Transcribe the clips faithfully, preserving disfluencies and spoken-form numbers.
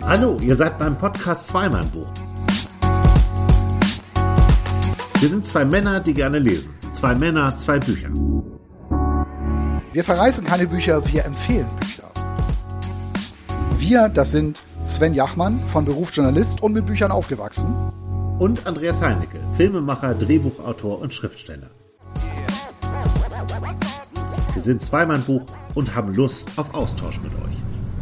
Hallo, ihr seid beim Podcast Zweimann-Buch. Wir sind zwei Männer, die gerne lesen. Zwei Männer, zwei Bücher. Wir verreißen keine Bücher, wir empfehlen Bücher. Wir, das sind Sven Jachmann, von Beruf Journalist und mit Büchern aufgewachsen. Und Andreas Heinecke, Filmemacher, Drehbuchautor und Schriftsteller. Wir sind Zweimann-Buch und haben Lust auf Austausch mit euch.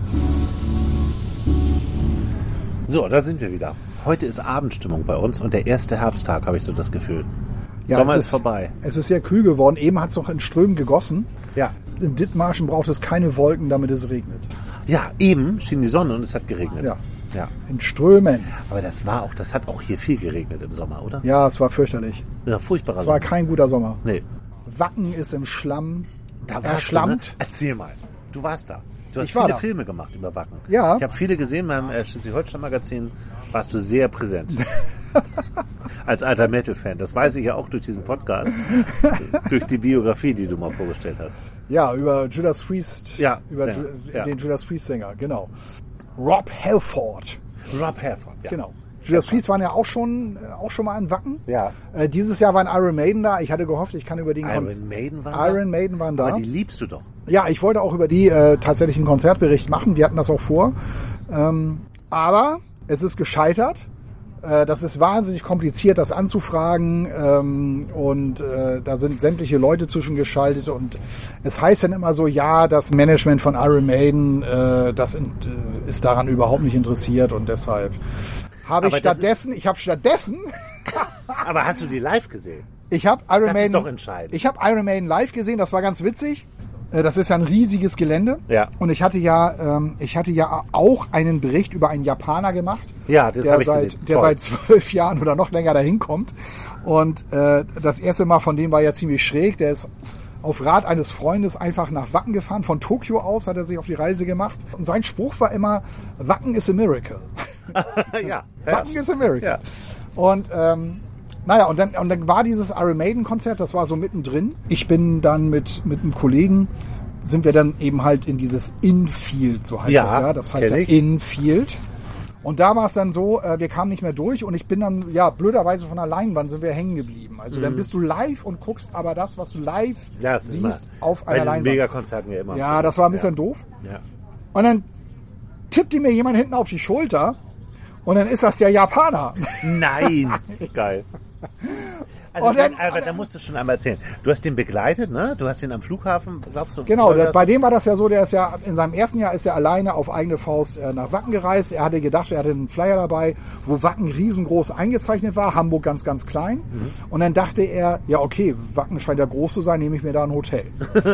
So, da sind wir wieder. Heute ist Abendstimmung bei uns und der erste Herbsttag, habe ich so das Gefühl. Ja, Sommer ist, ist vorbei. Es ist sehr kühl geworden. Eben hat es noch in Strömen gegossen. Ja. In Dithmarschen braucht es keine Wolken, damit es regnet. Ja, eben schien die Sonne und es hat geregnet. Ja. Ja. In Strömen. Aber das war auch, das hat auch hier viel geregnet im Sommer, oder? Ja, es war fürchterlich. Ja, furchtbarer Es war Sommer. kein guiter Sommer. Nee. Wacken ist im Schlamm Da warst erschlammt. du, ne? Erzähl mal. Du warst da. Du hast Ich war viele da. Filme gemacht über Wacken. Ja. Ich habe viele gesehen beim äh, Schleswig-Holstein-Magazin. Warst du sehr präsent. Als alter Metal-Fan. Das weiß ich ja auch durch diesen Podcast. Durch die Biografie, die du mal vorgestellt hast. Ja, über Judas Priest. Ja, Über Sänger, Ju- ja. den Judas Priest-Sänger, genau. Rob Halford. Rob Halford, ja. Genau. Judas Priest waren ja auch schon, äh, auch schon mal in Wacken. Ja. Äh, dieses Jahr waren Iron Maiden da. Ich hatte gehofft, ich kann über den Iron Konz- Maiden waren Iron da? Maiden waren da. Aber die liebst du doch. Ja, ich wollte auch über die äh, tatsächlich einen Konzertbericht machen. Wir hatten das auch vor. Ähm, aber es ist gescheitert. Äh, das ist wahnsinnig kompliziert, das anzufragen. Ähm, und äh, da sind sämtliche Leute zwischengeschaltet. Und es heißt dann immer so, ja, das Management von Iron Maiden, äh, das in, äh, ist daran überhaupt nicht interessiert. Und deshalb habe ich Aber das stattdessen, ich habe stattdessen... Aber hast du die live gesehen? Ich habe Iron Das ist Maiden. doch entscheidend. Ich habe Iron Maiden live gesehen. Das war ganz witzig. Äh, Das ist ja ein riesiges Gelände. Ja. Und ich hatte ja, ähm, ich hatte ja auch einen Bericht über einen Japaner gemacht, Ja, das der habe ich seit, gesehen. der Toll. seit zwölf Jahren oder noch länger dahin kommt. Und äh, das erste Mal von dem war ja ziemlich schräg. Der ist auf Rat eines Freundes einfach nach Wacken gefahren. Von Tokio aus hat er sich auf die Reise gemacht. Und sein Spruch war immer: Wacken is a miracle. ja. Wacken is a miracle. Ja. Und ähm, naja, und dann, und dann war dieses Iron Maiden Konzert, das war so mittendrin. Ich bin dann mit, mit einem Kollegen, sind wir dann eben halt in dieses Infield, so heißt Ja, das ja. Das heißt ja kenn ich. Infield. Und da war es dann so, äh, wir kamen nicht mehr durch und ich bin dann, ja, blöderweise von der Leinwand sind wir hängen geblieben. Also dann bist du live und guckst aber das, was du live Mhm. Ja, das ist immer, siehst, auf bei einer diesen Leinwand. Megakonzerten ja immer. Ja, das war ein bisschen ja. doof. Ja. Und dann tippte mir jemand hinten auf die Schulter und dann ist das der Japaner. Nein, geil. Also, Und dann- dann, aber da musst du schon einmal erzählen. Du hast den begleitet, ne? Du hast ihn am Flughafen, glaubst du? Genau, soll der, das- bei dem war das ja so, der ist ja in seinem ersten Jahr ist er alleine auf eigene Faust äh, nach Wacken gereist. Er hatte gedacht, er hatte einen Flyer dabei, wo Wacken riesengroß eingezeichnet war, Hamburg ganz, ganz klein. Mhm. Und dann dachte er, ja okay, Wacken scheint ja groß zu sein, nehme ich mir da ein Hotel.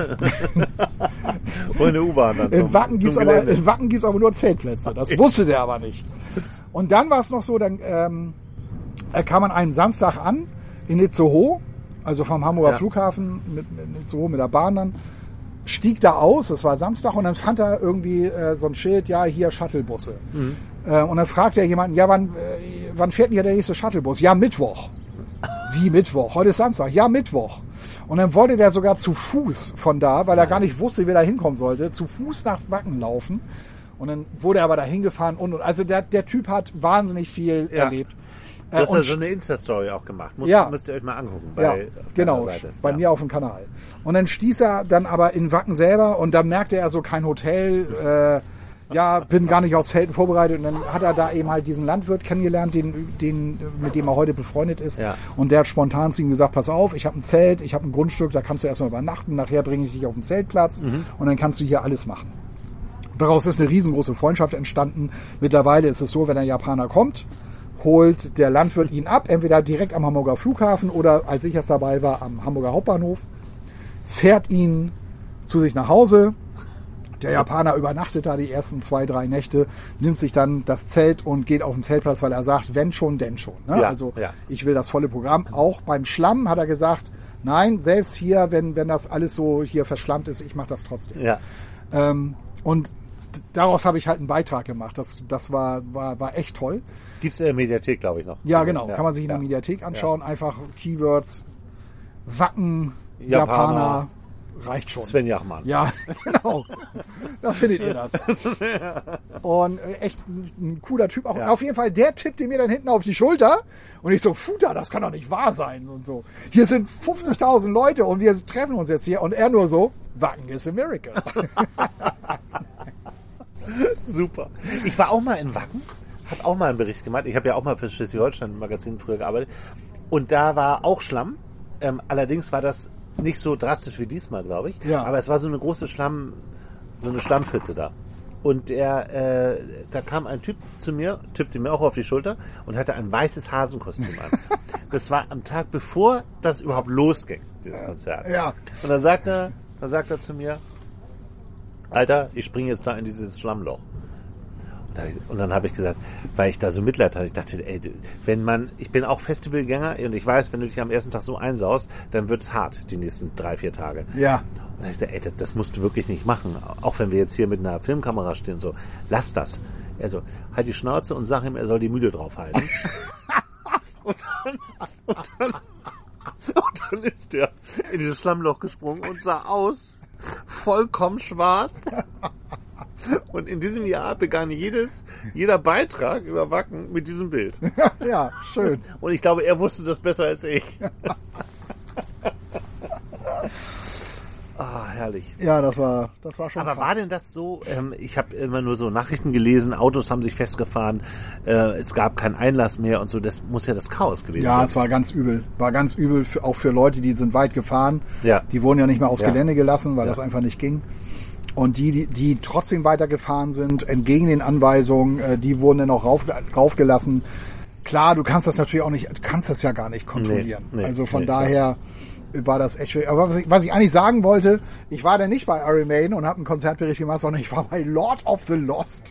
Und eine U-Bahn dann In zum, Wacken zum gibt's aber, Gelände. in Wacken gibt's aber nur Zeltplätze. Das wusste der aber nicht. Und dann war es noch so, dann ähm, er kam an einem Samstag an in Itzehoe, also vom Hamburger Ja. Flughafen mit, mit Itzehoe mit der Bahn dann, stieg da aus, es war Samstag, und dann fand er irgendwie äh, so ein Schild, ja, hier Shuttlebusse. Mhm. Äh, und dann fragte er jemanden, ja, wann, äh, wann fährt denn hier der nächste Shuttlebus? Ja, Mittwoch. Wie Mittwoch? Heute ist Samstag. Ja, Mittwoch. Und dann wollte der sogar zu Fuß von da, weil er gar nicht wusste, wie er da hinkommen sollte, zu Fuß nach Wacken laufen. Und dann wurde er aber da hingefahren. Und, und also der, der Typ hat wahnsinnig viel Ja. erlebt. Du hast Äh, und ja so eine Insta-Story auch gemacht. Musst, Ja. Müsst ihr euch mal angucken. Bei, ja, auf deiner genau, Seite. bei ja. mir auf dem Kanal. Und dann stieß er dann aber in Wacken selber und dann merkte er so, kein Hotel, äh, ja, bin gar nicht auf Zelten vorbereitet. Und dann hat er da eben halt diesen Landwirt kennengelernt, den, den, mit dem er heute befreundet ist. Ja. Und der hat spontan zu ihm gesagt, pass auf, ich habe ein Zelt, ich habe ein Grundstück, da kannst du erstmal übernachten, nachher bringe ich dich auf den Zeltplatz Mhm. und dann kannst du hier alles machen. Daraus ist eine riesengroße Freundschaft entstanden. Mittlerweile ist es so, wenn ein Japaner kommt, holt der Landwirt ihn ab, entweder direkt am Hamburger Flughafen oder, als ich erst dabei war, am Hamburger Hauptbahnhof, fährt ihn zu sich nach Hause. Der Japaner übernachtet da die ersten zwei, drei Nächte, nimmt sich dann das Zelt und geht auf den Zeltplatz, weil er sagt, wenn schon, denn schon. Ne? Ja, also ja. ich will das volle Programm. Auch beim Schlamm hat er gesagt, nein, selbst hier, wenn, wenn das alles so hier verschlammt ist, ich mache das trotzdem. Ja. Ähm, und d- daraus habe ich halt einen Beitrag gemacht. Das, das war, war, war echt toll. Gibt's in der Mediathek, glaube ich, noch. Ja, genau. Kann man sich in der ja. Mediathek anschauen. Einfach Keywords, Wacken, Japaner, Japaner, reicht schon. Sven Jachmann. Ja, genau. Da findet ihr das. Und äh, echt ein, ein cooler Typ. Auch Ja. auf jeden Fall, der tippte mir dann hinten auf die Schulter. Und ich so, Futter, das kann doch nicht wahr sein. Und so. Hier sind fünfzigtausend Leute und wir treffen uns jetzt hier. Und er nur so, Wacken is a miracle. Super. Ich war auch mal in Wacken, habe auch mal einen Bericht gemacht. Ich habe ja auch mal für das Schleswig-Holstein-Magazin früher gearbeitet. Und da war auch Schlamm. Ähm, allerdings war das nicht so drastisch wie diesmal, glaube ich. Ja. Aber es war so eine große Schlamm, so eine Schlammpfütze da. Und der, äh, da kam ein Typ zu mir, tippte mir auch auf die Schulter und hatte ein weißes Hasenkostüm an. Das war am Tag, bevor das überhaupt losging, dieses Konzert. Ja. Und dann sagt er, dann sagt er zu mir, Alter, ich springe jetzt da in dieses Schlammloch. Und, da hab ich, und dann habe ich gesagt, weil ich da so Mitleid hatte, ich dachte, ey, wenn man, ich bin auch Festivalgänger und ich weiß, wenn du dich am ersten Tag so einsaust, dann wird es hart, die nächsten drei, vier Tage. Ja. Und da hab ich gesagt, ey, das, das musst du wirklich nicht machen. Auch wenn wir jetzt hier mit einer Filmkamera stehen, so, lass das. Also, halt die Schnauze und sag ihm, er soll die Mühle draufhalten. und, dann, und, dann, und dann ist der in dieses Schlammloch gesprungen und sah aus vollkommen schwarz. Und in diesem Jahr begann jedes, jeder Beitrag über Wacken mit diesem Bild. Ja, schön. Und ich glaube, er wusste das besser als ich. Ah, herrlich. Ja, das war, das war schon Aber krass. war denn das so, ähm, ich habe immer nur so Nachrichten gelesen, Autos haben sich festgefahren, äh, es gab keinen Einlass mehr und so, das muss ja das Chaos gewesen Ja, sein. es war ganz übel. War ganz übel, für, auch für Leute, die sind weit gefahren. Ja. Die wurden ja nicht mehr aufs Ja. Gelände gelassen, weil Ja. das einfach nicht ging. Und die, die, die trotzdem weitergefahren sind, entgegen den Anweisungen, äh, die wurden dann auch rauf, raufgelassen. Klar, du kannst das natürlich auch nicht, du kannst das ja gar nicht kontrollieren. Nee, nee, also von nee, daher war das echt schwierig. Aber was ich, was ich eigentlich sagen wollte, ich war dann nicht bei Iron Maiden und habe einen Konzertbericht gemacht, sondern ich war bei Lord of the Lost.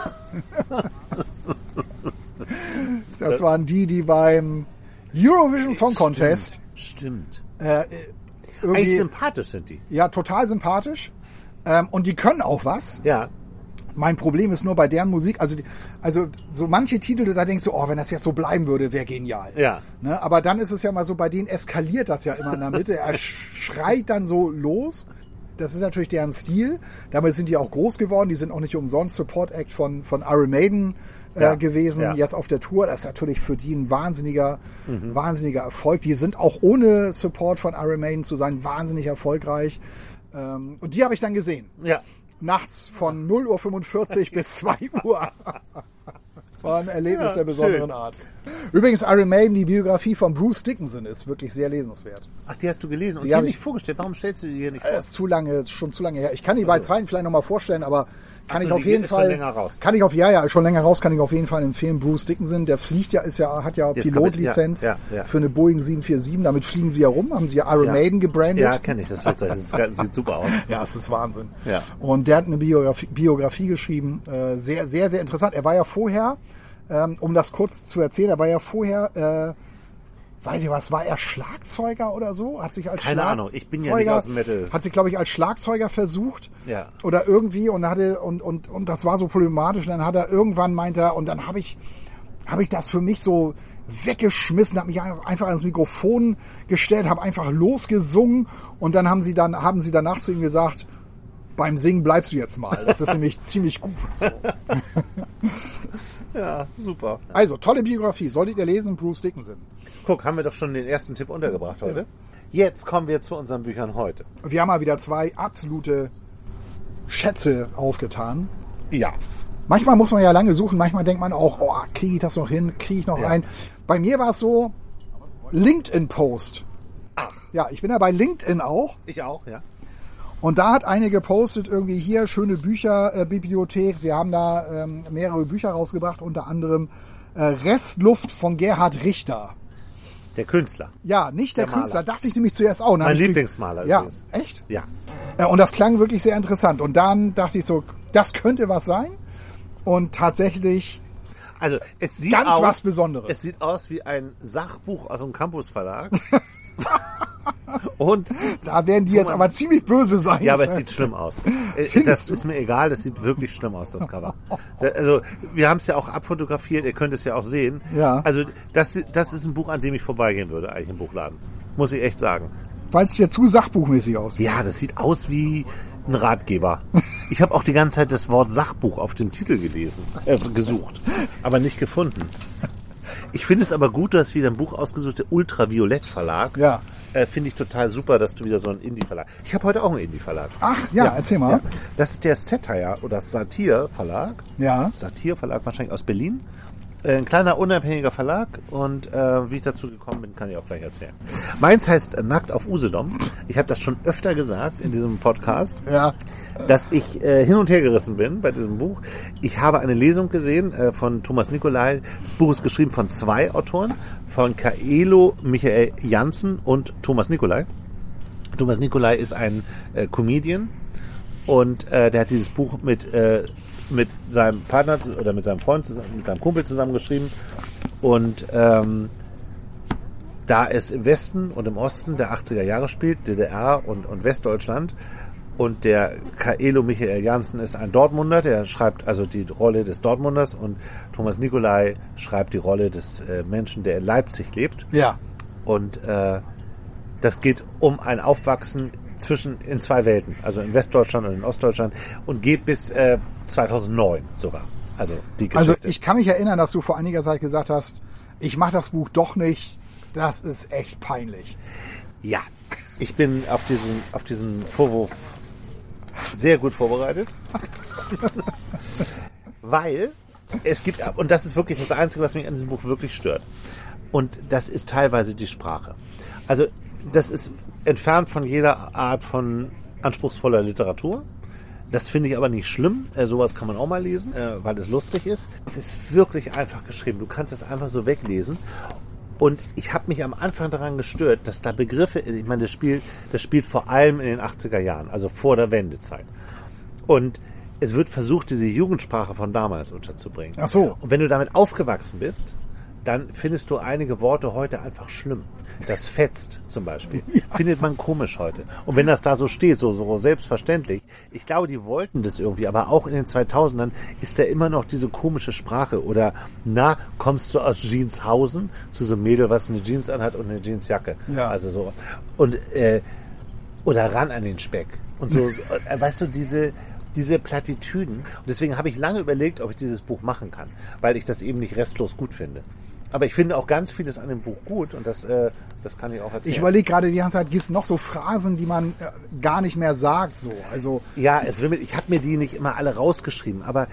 Das waren die, die beim Eurovision Song Contest Stimmt. äh, Eigentlich irgendwie, sympathisch sind die. ja, total sympathisch. Ähm, und die können auch was. Ja. Mein Problem ist nur bei deren Musik, also, die, also so manche Titel, da denkst du, oh, wenn das jetzt so bleiben würde, wäre genial. Ja. Ne? Aber dann ist es ja mal so, bei denen eskaliert das ja immer in der Mitte. Er schreit dann so los. Das ist natürlich deren Stil. Damit sind die auch groß geworden. Die sind auch nicht umsonst Support Act von, von Iron Maiden äh, Ja. gewesen, Ja. jetzt auf der Tour. Das ist natürlich für die ein wahnsinniger, mhm. wahnsinniger Erfolg. Die sind auch ohne Support von Iron Maiden zu sein wahnsinnig erfolgreich. Ähm, und die habe ich dann gesehen. Ja. Nachts von null Uhr fünfundvierzig bis zwei Uhr. War ein Erlebnis Ja, der besonderen schön. Art. Übrigens, Iron Maiden, die Biografie von Bruce Dickinson ist wirklich sehr lesenswert. Ach, die hast du gelesen und Die die hab haben ich- nicht vorgestellt. Warum stellst du die hier nicht vor? Das ist zu lange, schon zu lange her. Ich kann die beiden Zeiten vielleicht nochmal vorstellen, aber kann Ach so, ich auf die jeden ist schon Fall. länger raus. Kann ich auf, ja, ja, schon länger raus, kann ich auf jeden Fall empfehlen. Bruce Dickinson, der fliegt ja, ist ja, hat ja Jetzt Pilotlizenz kommt- ja, ja, ja. für eine Boeing sieben vier sieben. Damit fliegen sie ja rum, haben sie ja Iron Ja. Maiden gebrandet. Ja, kenne ich das Flugzeug. Das ist, das sieht super aus. Ja, es ist Wahnsinn. Ja. Und der hat eine Biografie, Biografie geschrieben, äh, sehr, sehr, sehr interessant. Er war ja vorher, ähm, um das kurz zu erzählen, er war ja vorher, äh, weiß ich was, war er Schlagzeuger oder so? Hat sich als Keine Ahnung, ich bin ja nicht Schlagzeuger- aus dem Metal. Hat sich, glaube ich, als Schlagzeuger versucht. Ja. Oder irgendwie und hatte, und, und, und das war so problematisch. Und dann hat er irgendwann meint er, und dann habe ich, habe ich das für mich so weggeschmissen, habe mich einfach ans Mikrofon gestellt, habe einfach losgesungen und dann haben sie dann, haben sie danach zu ihm gesagt, beim Singen bleibst du jetzt mal. Das ist nämlich ziemlich gut. So. Ja, super. Also, tolle Biografie. Solltet ihr lesen, Bruce Dickinson. Guck, haben wir doch schon den ersten Tipp untergebracht heute. Jetzt kommen wir zu unseren Büchern heute. Wir haben mal wieder zwei absolute Schätze aufgetan. Ja. Manchmal muss man ja lange suchen, manchmal denkt man auch, oh, kriege ich das noch hin, kriege ich noch Ja. ein. Bei mir war es so, LinkedIn-Post. Ach, Ja, ich bin ja bei LinkedIn auch. ich auch, ja. Und da hat eine gepostet, irgendwie hier, schöne Bücherbibliothek. Wir haben da ähm, mehrere Bücher rausgebracht, unter anderem äh, Restluft von Gerhard Richter. Der Künstler. Ja, nicht der, Der Maler. Künstler, dachte ich nämlich zuerst auch. Und dann Mein hab ich- Lieblingsmaler Ja, übrigens. echt? Ja. Äh, Und das klang wirklich sehr interessant. Und dann dachte ich so, das könnte was sein. Und tatsächlich Also, es sieht ganz aus, was Besonderes. Es sieht aus wie ein Sachbuch aus dem Campus-Verlag. Und, Da werden die jetzt man- aber ziemlich böse sein. ja, aber es sieht schlimm aus. Äh, Findest Das du? ist mir egal, das sieht wirklich schlimm aus, das Cover. Also, wir haben es ja auch abfotografiert, ihr könnt es ja auch sehen. Ja. Also, das, das ist ein Buch, an dem ich vorbeigehen würde, eigentlich im Buchladen. Muss ich echt sagen. Weil es dir zu sachbuchmäßig aussieht. Ja, das sieht aus wie ein Ratgeber. Ich habe auch die ganze Zeit das Wort Sachbuch auf dem Titel gelesen, äh, gesucht, aber nicht gefunden. Ich finde es aber gut, du hast wieder ein Buch ausgesucht, der Ultraviolett Verlag. Ja. Äh, finde ich total super, dass du wieder so einen Indie-Verlag... Ich habe heute auch einen Indie-Verlag. Ach, ja, ja, erzähl mal. Ja. Das ist der Satire oder Satir-Verlag. Ja. Satir-Verlag, wahrscheinlich aus Berlin. Äh, ein kleiner, unabhängiger Verlag. Und äh, wie ich dazu gekommen bin, kann ich auch gleich erzählen. Meins heißt Nackt auf Usedom. Ich habe das schon öfter gesagt in diesem Podcast. Ja. Dass ich äh, hin und her gerissen bin bei diesem Buch. Ich habe eine Lesung gesehen äh, von Thomas Nicolai. Das Buch ist geschrieben von zwei Autoren, von Kaelo Michael Janssen und Thomas Nicolai. Thomas Nicolai ist ein äh, Comedian und äh, der hat dieses Buch mit, äh, mit seinem Partner oder mit seinem Freund, mit seinem Kumpel zusammen geschrieben. Und ähm, da es im Westen und im Osten der achtziger Jahre spielt, D D R und, und Westdeutschland, und der Kaelo Michael Janssen ist ein Dortmunder, der schreibt also die Rolle des Dortmunders und Thomas Nicolai schreibt die Rolle des äh, Menschen, der in Leipzig lebt. Ja. Und äh, das geht um ein Aufwachsen zwischen in zwei Welten, also in Westdeutschland und in Ostdeutschland und geht bis äh, zweitausendneun sogar. Also die Geschichte. Also ich kann mich erinnern, dass du vor einiger Zeit gesagt hast, ich mache das Buch doch nicht, das ist echt peinlich. Ja, ich bin auf diesen, auf diesen Vorwurf sehr gut vorbereitet, weil es gibt, und das ist wirklich das Einzige, was mich an diesem Buch wirklich stört, und das ist teilweise die Sprache. Also das ist entfernt von jeder Art von anspruchsvoller Literatur. Das finde ich aber nicht schlimm. Äh, sowas kann man auch mal lesen, äh, weil es lustig ist. Es ist wirklich einfach geschrieben. Du kannst es einfach so weglesen. Und ich habe mich am Anfang daran gestört, dass da Begriffe, ich meine, das spielt, das spielt vor allem in den achtziger Jahren, also vor der Wendezeit. Und es wird versucht, diese Jugendsprache von damals unterzubringen. Ach so. Und wenn du damit aufgewachsen bist, dann findest du einige Worte heute einfach schlimm. Das fetzt zum Beispiel. Ja. Findet man komisch heute. Und wenn das da so steht, so, so selbstverständlich, ich glaube, die wollten das irgendwie, aber auch in den zweitausendern ist da immer noch diese komische Sprache. Oder, na, kommst du aus Jeanshausen zu so einem Mädel, was eine Jeans anhat und eine Jeansjacke. Ja. Also so. Und, äh, oder ran an den Speck. Und so, äh, weißt du, diese, diese Plattitüden. Und deswegen habe ich lange überlegt, ob ich dieses Buch machen kann, weil ich das eben nicht restlos gut finde. Aber ich finde auch ganz vieles an dem Buch gut und das, äh, das kann ich auch erzählen. Ich überlege gerade die ganze Zeit, gibt es noch so Phrasen, die man äh, gar nicht mehr sagt? So, also ja, es will, ich habe mir die nicht immer alle rausgeschrieben, aber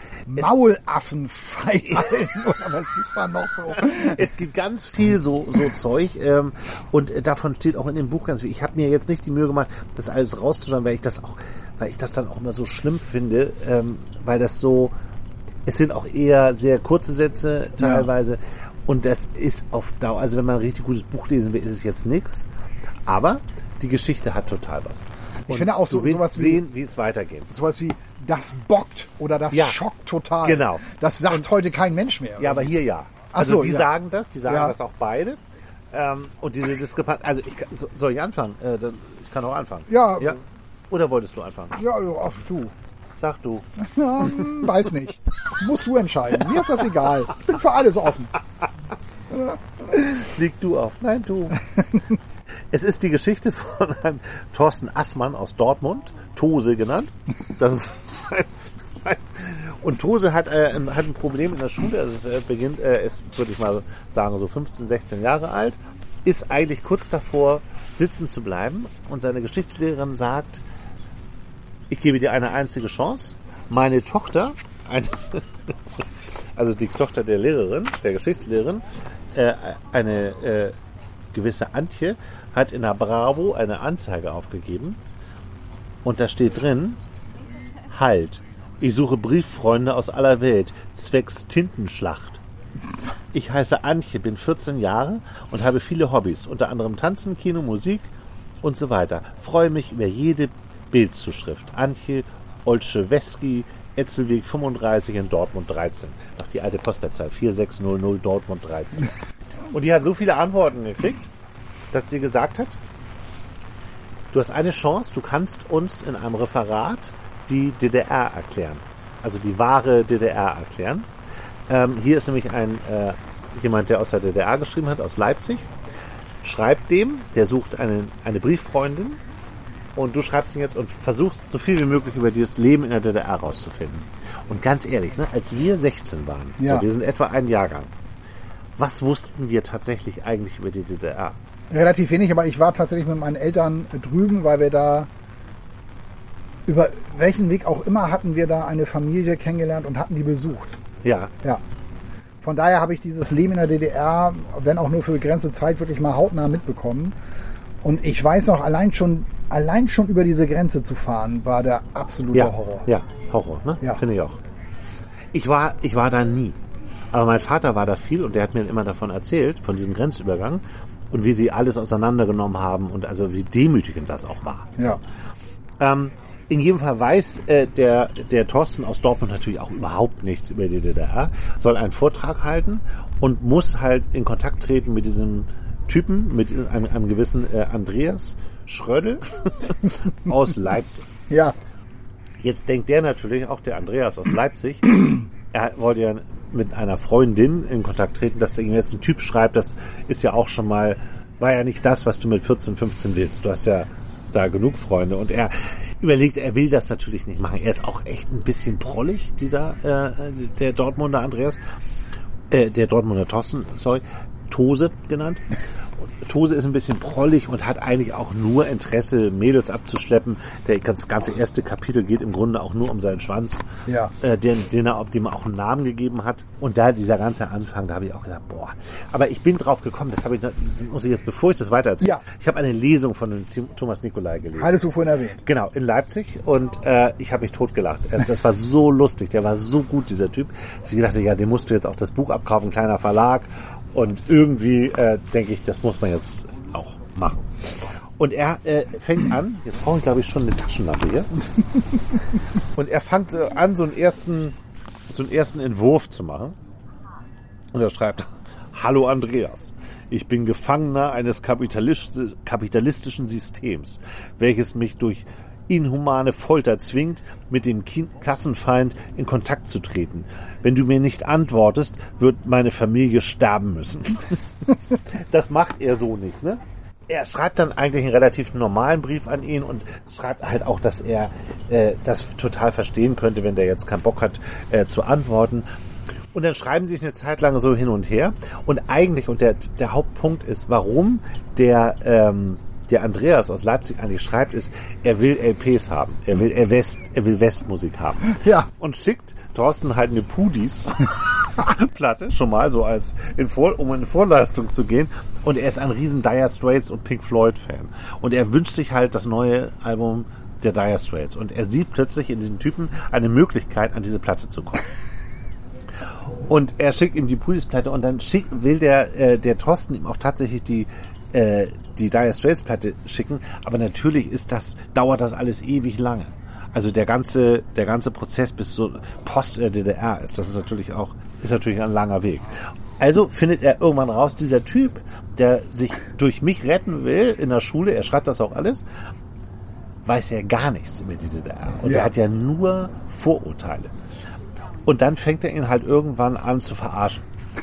Maulaffenfeilen oder was gibt's da noch so? Es gibt ganz viel so, so Zeug ähm, und davon steht auch in dem Buch ganz viel. Ich habe mir jetzt nicht die Mühe gemacht, das alles rauszuschauen, weil ich das auch, weil ich das dann auch immer so schlimm finde, ähm, weil das so, es sind auch eher sehr kurze Sätze teilweise. Ja. Und das ist auf Dauer, also wenn man ein richtig gutes Buch lesen will, ist es jetzt nichts. Aber die Geschichte hat total was. Und ich finde auch so, du willst sowas sehen, wie, wie es weitergeht. Sowas wie, das bockt oder das ja, schockt total. Genau. Das sagt und, heute kein Mensch mehr. Ja, aber hier ja. Also so, die ja. sagen das, die sagen ja. das auch beide. Ähm, und diese Diskrepanz, also ich, soll ich anfangen? Äh, ich kann auch anfangen. Ja. ja. Oder wolltest du anfangen? Ja, ach du. Sag du. Ja, weiß nicht. Musst du entscheiden. Mir ist das egal. Ich bin für alles offen. Leg du auf. Nein, du. Es ist die Geschichte von einem Thorsten Assmann aus Dortmund, Tose genannt. Das ist sein, sein und Tose hat, äh, hat ein Problem in der Schule. Also es beginnt, er ist, würde ich mal sagen, so fünfzehn, sechzehn Jahre alt, ist eigentlich kurz davor, sitzen zu bleiben. Und seine Geschichtslehrerin sagt, ich gebe dir eine einzige Chance. Meine Tochter, eine, also die Tochter der Lehrerin, der Geschichtslehrerin, äh, eine äh, gewisse Antje, hat in der Bravo eine Anzeige aufgegeben. Und da steht drin, halt, ich suche Brieffreunde aus aller Welt, zwecks Tintenschlacht. Ich heiße Antje, bin vierzehn Jahre und habe viele Hobbys, unter anderem Tanzen, Kino, Musik und so weiter. Freue mich über jede Bildzuschrift. Antje Olszewski, Etzelweg fünfunddreißig in Dortmund dreizehn. Nach die alte Postleitzahl vier sechs null null Dortmund dreizehn. Und die hat so viele Antworten gekriegt, dass sie gesagt hat, du hast eine Chance, du kannst uns in einem Referat die D D R erklären. Also die wahre D D R erklären. Ähm, hier ist nämlich ein äh, jemand, der aus der D D R geschrieben hat, aus Leipzig. schreib dem, der sucht eine, eine Brieffreundin und du schreibst ihn jetzt und versuchst so viel wie möglich über dieses Leben in der D D R rauszufinden. Und ganz ehrlich, ne, als wir sechzehn waren, Ja. so, wir sind etwa ein Jahrgang, was wussten wir tatsächlich eigentlich über die D D R? Relativ wenig, aber ich war tatsächlich mit meinen Eltern drüben, weil wir da über welchen Weg auch immer hatten wir da eine Familie kennengelernt und hatten die besucht. Ja, Ja. Von daher habe ich dieses Leben in der D D R, wenn auch nur für begrenzte Zeit, wirklich mal hautnah mitbekommen. Und ich weiß noch, allein schon, allein schon über diese Grenze zu fahren, war der absolute ja, Horror. ja, Horror, ne? Ja. Finde ich auch. Ich war, ich war da nie. Aber mein Vater war da viel und der hat mir immer davon erzählt, von diesem Grenzübergang und wie sie alles auseinandergenommen haben und also wie demütigend das auch war. Ja. Ähm, in jedem Fall weiß äh, der, der Thorsten aus Dortmund natürlich auch überhaupt nichts über die D D R, soll einen Vortrag halten und muss halt in Kontakt treten mit diesem Typen, mit einem, einem gewissen äh, Andreas Schrödel aus Leipzig. Ja. Jetzt denkt der natürlich, auch der Andreas aus Leipzig, er wollte ja mit einer Freundin in Kontakt treten, dass er ihm jetzt ein Typ schreibt, das ist ja auch schon mal, war ja nicht das, was du mit vierzehn, fünfzehn willst. Du hast ja da genug Freunde. Und er überlegt, er will das natürlich nicht machen. Er ist auch echt ein bisschen prollig, dieser, äh, der Dortmunder Andreas, äh, der Dortmunder Thorsten, sorry, Tose genannt. Tose ist ein bisschen prollig und hat eigentlich auch nur Interesse, Mädels abzuschleppen. Der ganz, ganze erste Kapitel geht im Grunde auch nur um seinen Schwanz, Ja. äh, den, den er, dem er auch einen Namen gegeben hat. Und da dieser ganze Anfang, da habe ich auch gedacht, boah. Aber ich bin drauf gekommen, das habe ich, das muss ich jetzt, bevor ich das weiter erzähle. Ja. Ich habe eine Lesung von dem Thomas Nicolai gelesen. Hattest du vorhin erwähnt. Genau, in Leipzig und äh, ich habe mich totgelacht. Das war so lustig, der war so gut, dieser Typ. Ich dachte, ja, dem musst du jetzt auch das Buch abkaufen, kleiner Verlag. Und irgendwie äh, denke ich, das muss man jetzt auch machen. Und er äh, fängt an, jetzt brauche ich glaube ich schon eine Taschenlampe hier. Und er fängt äh, an, so einen ersten, so einen ersten Entwurf zu machen. Und er schreibt, hallo Andreas. Ich bin Gefangener eines kapitalist- kapitalistischen Systems, welches mich durch inhumane Folter zwingt, mit dem Klassenfeind in Kontakt zu treten. Wenn du mir nicht antwortest, wird meine Familie sterben müssen. Das macht er so nicht, ne? Er schreibt dann eigentlich einen relativ normalen Brief an ihn und schreibt halt auch, dass er äh, das total verstehen könnte, wenn der jetzt keinen Bock hat, äh, zu antworten. Und dann schreiben sie sich eine Zeit lang so hin und her. Und eigentlich, und der, der Hauptpunkt ist, warum der ähm, der Andreas aus Leipzig eigentlich schreibt, ist, er will L Ps haben. Er will, er West, er will Westmusik haben. Ja. Und schickt Thorsten halt eine Pudis Platte, schon mal so als in Vor, um in Vorleistung zu gehen. Und er ist ein riesen Dire Straits und Pink Floyd Fan. Und er wünscht sich halt das neue Album der Dire Straits. Und er sieht plötzlich in diesem Typen eine Möglichkeit, an diese Platte zu kommen. Und er schickt ihm die Pudis-Platte und dann schick, will der, äh, der Thorsten ihm auch tatsächlich die äh, die Dire Straits Platte schicken, aber natürlich ist das, dauert das alles ewig lange. Also der ganze, der ganze Prozess bis so Post der D D R ist, das ist natürlich auch, ist natürlich ein langer Weg. Also findet er irgendwann raus, dieser Typ, der sich durch mich retten will in der Schule, er schreibt das auch alles, weiß ja gar nichts über die D D R. Und Ja. er hat ja nur Vorurteile. Und dann fängt er ihn halt irgendwann an zu verarschen.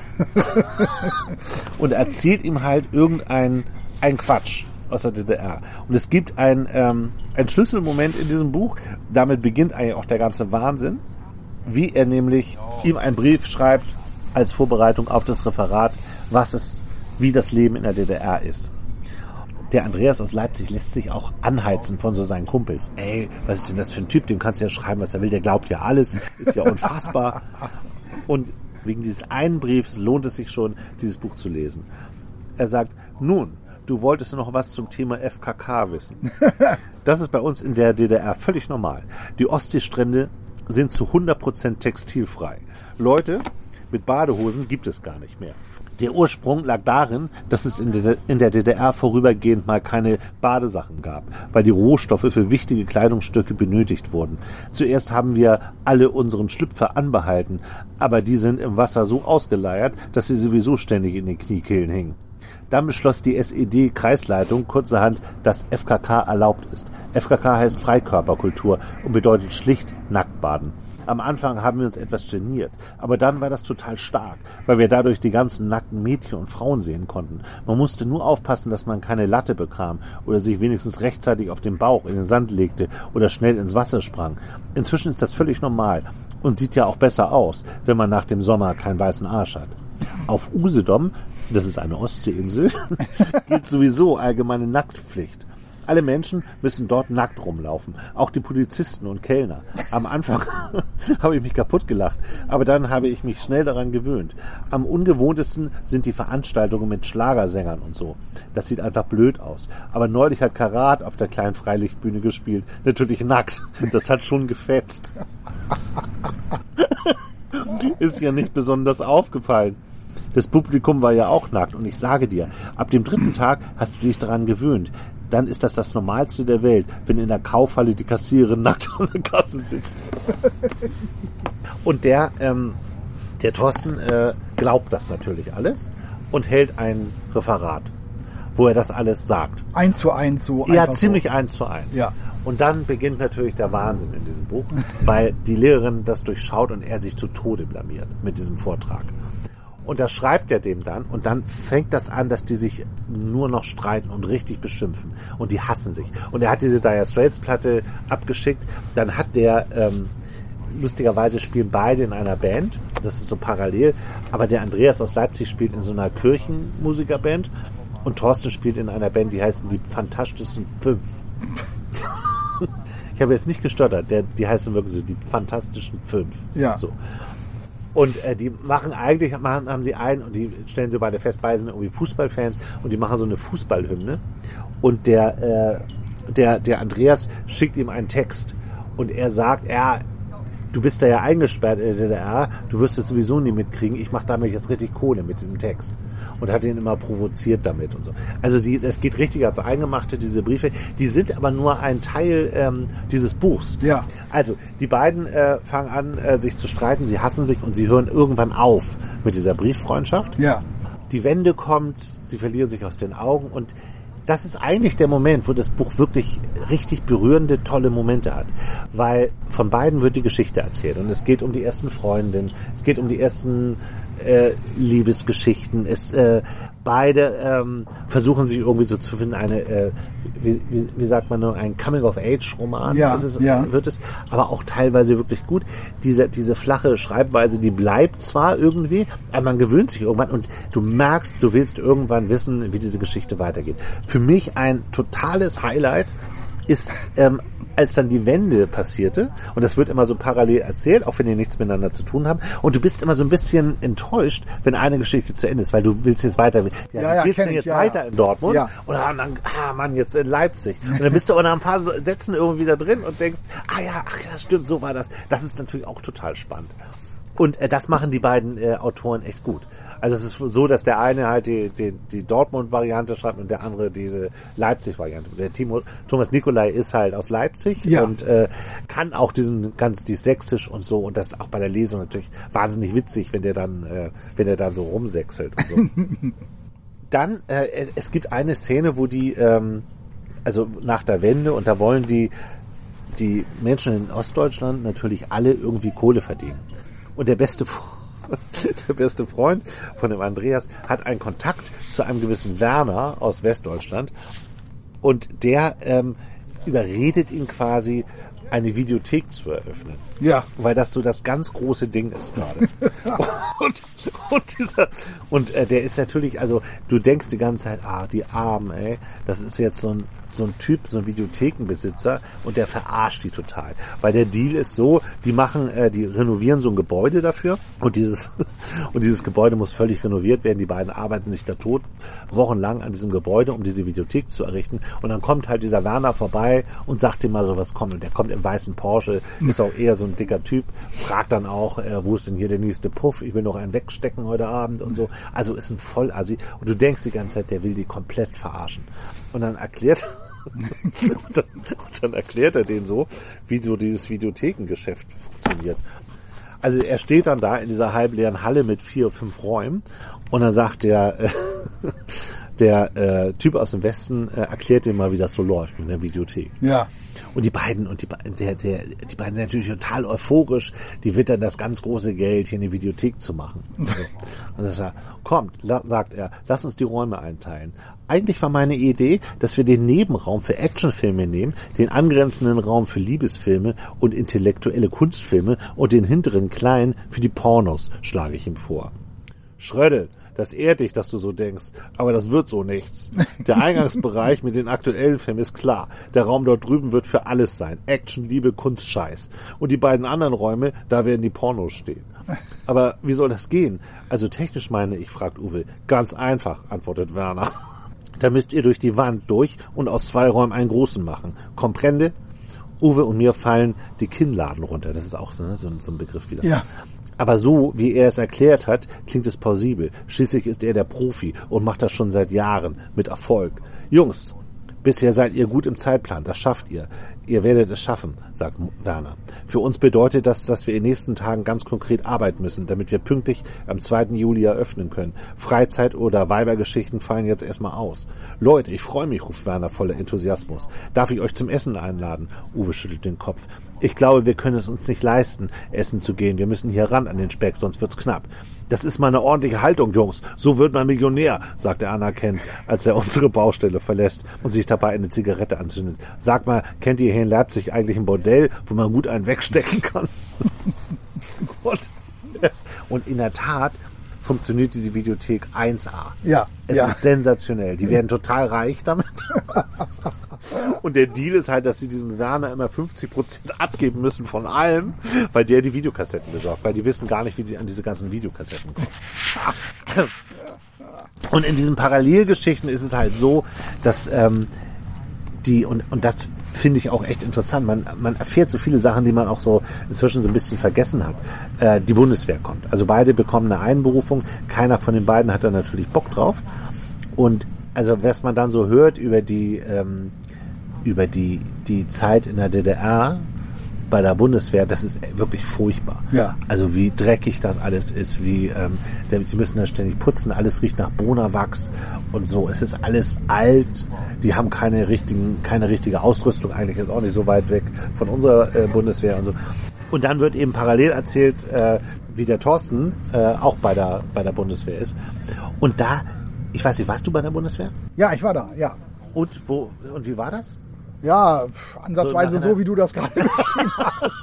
Und erzählt ihm halt irgendein ein Quatsch aus der D D R. Und es gibt ein, ähm, ein Schlüsselmoment in diesem Buch, damit beginnt eigentlich auch der ganze Wahnsinn, wie er nämlich ihm einen Brief schreibt als Vorbereitung auf das Referat, was es, wie das Leben in der D D R ist. Der Andreas aus Leipzig lässt sich auch anheizen von so seinen Kumpels. Ey, was ist denn das für ein Typ? Dem kannst du ja schreiben, was er will. Der glaubt ja alles. Ist ja unfassbar. Und wegen dieses einen Briefs lohnt es sich schon, dieses Buch zu lesen. Er sagt, nun, du wolltest noch was zum Thema F K K wissen. Das ist bei uns in der D D R völlig normal. Die Ostseestrände sind zu hundert Prozent textilfrei. Leute mit Badehosen gibt es gar nicht mehr. Der Ursprung lag darin, dass es in der D D R vorübergehend mal keine Badesachen gab, weil die Rohstoffe für wichtige Kleidungsstücke benötigt wurden. Zuerst haben wir alle unseren Schlüpfer anbehalten, aber die sind im Wasser so ausgeleiert, dass sie sowieso ständig in den Kniekehlen hingen. Dann beschloss die S E D-Kreisleitung kurzerhand, dass F K K erlaubt ist. F K K heißt Freikörperkultur und bedeutet schlicht Nacktbaden. Am Anfang haben wir uns etwas geniert, aber dann war das total stark, weil wir dadurch die ganzen nackten Mädchen und Frauen sehen konnten. Man musste nur aufpassen, dass man keine Latte bekam oder sich wenigstens rechtzeitig auf den Bauch in den Sand legte oder schnell ins Wasser sprang. Inzwischen ist das völlig normal und sieht ja auch besser aus, wenn man nach dem Sommer keinen weißen Arsch hat. Auf Usedom, das ist eine Ostseeinsel, gilt sowieso allgemeine Nacktpflicht. Alle Menschen müssen dort nackt rumlaufen, auch die Polizisten und Kellner. Am Anfang habe ich mich kaputt gelacht, aber dann habe ich mich schnell daran gewöhnt. Am ungewohntesten sind die Veranstaltungen mit Schlagersängern und so. Das sieht einfach blöd aus. Aber neulich hat Karat auf der kleinen Freilichtbühne gespielt, natürlich nackt. Das hat schon gefetzt. Ist ja nicht besonders aufgefallen. Das Publikum war ja auch nackt und ich sage dir, ab dem dritten Tag hast du dich daran gewöhnt. Dann ist das das Normalste der Welt, wenn in der Kaufhalle die Kassiererin nackt an der Kasse sitzt. Und der, ähm, der Thorsten äh, glaubt das natürlich alles und hält ein Referat, wo er das alles sagt. Eins zu eins so. Ja, ziemlich so. eins zu eins. Ja. Und dann beginnt natürlich der Wahnsinn in diesem Buch, weil die Lehrerin das durchschaut und er sich zu Tode blamiert mit diesem Vortrag. Und da schreibt er dem dann und dann fängt das an, dass die sich nur noch streiten und richtig beschimpfen und die hassen sich. Und er hat diese Dire Straits Platte abgeschickt, dann hat der, ähm, lustigerweise spielen beide in einer Band, das ist so parallel, aber der Andreas aus Leipzig spielt in so einer Kirchenmusikerband und Thorsten spielt in einer Band, die heißen die Fantastischen Fünf. Ich habe jetzt nicht gestottert, der, die heißen wirklich so die Fantastischen Fünf. Ja. So. Und äh, die machen eigentlich, machen, haben sie ein, und die stellen sie beide fest, beide sind irgendwie Fußballfans, und die machen so eine Fußballhymne. Und der, äh, der, der Andreas schickt ihm einen Text. Und er sagt, ja, du bist da ja eingesperrt in der D D R, du wirst es sowieso nie mitkriegen, ich mache damit jetzt richtig Kohle mit diesem Text. Und hat ihn immer provoziert damit und so. Also die, es geht richtig als Eingemachte, diese Briefe. Die sind aber nur ein Teil ähm, dieses Buchs. Ja. Also die beiden äh, fangen an, äh, sich zu streiten, sie hassen sich und sie hören irgendwann auf mit dieser Brieffreundschaft. Ja. Die Wende kommt, sie verlieren sich aus den Augen und das ist eigentlich der Moment, wo das Buch wirklich richtig berührende, tolle Momente hat. Weil von beiden wird die Geschichte erzählt. Und es geht um die ersten Freundinnen, es geht um die ersten äh, Liebesgeschichten. Es, äh, beide ähm, versuchen sich irgendwie so zu finden, eine, äh, wie, wie, wie sagt man nur, ein Coming-of-Age-Roman ja, ist es, ja. wird es, aber auch teilweise wirklich gut. Diese, diese flache Schreibweise, die bleibt zwar irgendwie, aber man gewöhnt sich irgendwann und du merkst, du willst irgendwann wissen, wie diese Geschichte weitergeht. Für mich ein totales Highlight ist, ähm, als dann die Wende passierte, und das wird immer so parallel erzählt, auch wenn die nichts miteinander zu tun haben, und du bist immer so ein bisschen enttäuscht, wenn eine Geschichte zu Ende ist, weil du willst jetzt weiter, ja, ja, ja, willst denn ich, jetzt ja, weiter ja. in Dortmund? Ja. Oder dann, ah Mann, jetzt in Leipzig. Und dann bist du aber nach ein paar Sätzen irgendwie da drin und denkst, ah ja, ach ja, stimmt, so war das. Das ist natürlich auch total spannend. Und äh, das machen die beiden äh, Autoren echt gut. Also es ist so, dass der eine halt die, die, die Dortmund-Variante schreibt und der andere diese Leipzig-Variante. Der Timo, Thomas Nicolai ist halt aus Leipzig ja. und äh, kann auch diesen ganz die Sächsisch und so, und das ist auch bei der Lesung natürlich wahnsinnig witzig, wenn der dann äh, wenn der dann so rumsächselt und so. Dann äh, es, es gibt eine Szene, wo die ähm, also nach der Wende, und da wollen die die Menschen in Ostdeutschland natürlich alle irgendwie Kohle verdienen. Und der beste Der beste Freund von dem Andreas hat einen Kontakt zu einem gewissen Werner aus Westdeutschland, und der ähm, überredet ihn quasi, eine Videothek zu eröffnen. Ja. Weil das so das ganz große Ding ist gerade. und und, dieser, und äh, der ist natürlich, also du denkst die ganze Zeit, ah, die Armen, ey, das ist jetzt so ein so ein Typ, so ein Videothekenbesitzer, und der verarscht die total. Weil der Deal ist so, die machen, äh, die renovieren so ein Gebäude dafür, und dieses und dieses Gebäude muss völlig renoviert werden. Die beiden arbeiten sich da tot wochenlang an diesem Gebäude, um diese Videothek zu errichten. Und dann kommt halt dieser Werner vorbei und sagt ihm mal so, was kommt. Und der kommt im weißen Porsche, ist auch eher so ein dicker Typ, fragt dann auch, äh, wo ist denn hier der nächste Puff? Ich will noch einen wegstecken heute Abend und so. Also ist ein Vollassi. Und du denkst die ganze Zeit, der will die komplett verarschen. Und dann erklärt und, dann, und dann erklärt er denen so, wie so dieses Videothekengeschäft funktioniert. Also er steht dann da in dieser halbleeren Halle mit vier, fünf Räumen, und dann sagt der, äh, der äh, Typ aus dem Westen äh, erklärt ihm mal, wie das so läuft mit der Videothek. Ja. Und die beiden, und die, der, der, die beiden sind natürlich total euphorisch, die wittern das ganz große Geld, hier eine Videothek zu machen. Und, so. Und das sagt, kommt, la, sagt er, lass uns die Räume einteilen. Eigentlich war meine Idee, dass wir den Nebenraum für Actionfilme nehmen, den angrenzenden Raum für Liebesfilme und intellektuelle Kunstfilme und den hinteren kleinen für die Pornos, schlage ich ihm vor. Schrödel, das ehrt dich, dass du so denkst, aber das wird so nichts. Der Eingangsbereich mit den aktuellen Filmen ist klar. Der Raum dort drüben wird für alles sein. Action, Liebe, Kunst, Scheiß. Und die beiden anderen Räume, da werden die Pornos stehen. Aber wie soll das gehen? Also technisch meine ich, fragt Uwe. Ganz einfach, antwortet Werner. Da müsst ihr durch die Wand durch und aus zwei Räumen einen großen machen. Komprende? Uwe und mir fallen die Kinnladen runter. Das ist auch so, ne, so, so ein Begriff wieder. Ja. Aber so, wie er es erklärt hat, klingt es plausibel. Schließlich ist er der Profi und macht das schon seit Jahren mit Erfolg. Jungs, bisher seid ihr gut im Zeitplan, das schafft ihr. Ihr werdet es schaffen, sagt Werner. Für uns bedeutet das, dass wir in den nächsten Tagen ganz konkret arbeiten müssen, damit wir pünktlich am zweiten Juli eröffnen können. Freizeit- oder Weibergeschichten fallen jetzt erstmal aus. Leute, ich freue mich, ruft Werner voller Enthusiasmus. Darf ich euch zum Essen einladen? Uwe schüttelt den Kopf. Ich glaube, wir können es uns nicht leisten, essen zu gehen. Wir müssen hier ran an den Speck, sonst wird's knapp. Das ist mal eine ordentliche Haltung, Jungs. So wird man Millionär, sagt er anerkennend, als er unsere Baustelle verlässt und sich dabei eine Zigarette anzündet. Sag mal, kennt ihr hier in Leipzig eigentlich ein Bordell, wo man gut einen wegstecken kann? Und in der Tat funktioniert diese Videothek eins A. Ja. Es ja. ist sensationell. Die werden total reich damit. Und der Deal ist halt, dass sie diesem Werner immer fünfzig Prozent abgeben müssen von allem, weil der die Videokassetten besorgt, weil die wissen gar nicht, wie sie an diese ganzen Videokassetten kommen. Und in diesen Parallelgeschichten ist es halt so, dass ähm, die, und, und das finde ich auch echt interessant, man, man erfährt so viele Sachen, die man auch so inzwischen so ein bisschen vergessen hat. Äh, die Bundeswehr kommt. Also beide bekommen eine Einberufung. Keiner von den beiden hat da natürlich Bock drauf. Und also was man dann so hört über die ähm, über die die Zeit in der D D R bei der Bundeswehr, das ist wirklich furchtbar. Ja. Also wie dreckig das alles ist, wie ähm, sie müssen da ständig putzen, alles riecht nach Bonawachs und so. Es ist alles alt, die haben keine richtigen, keine richtige Ausrüstung, eigentlich ist auch nicht so weit weg von unserer äh, Bundeswehr und so. Und dann wird eben parallel erzählt, äh, wie der Thorsten äh, auch bei der bei der Bundeswehr ist. Und da, ich weiß nicht, warst du bei der Bundeswehr? Ja, ich war da, ja. Und wo und wie war das? Ja, ansatzweise So so, wie du das gerade beschrieben hast.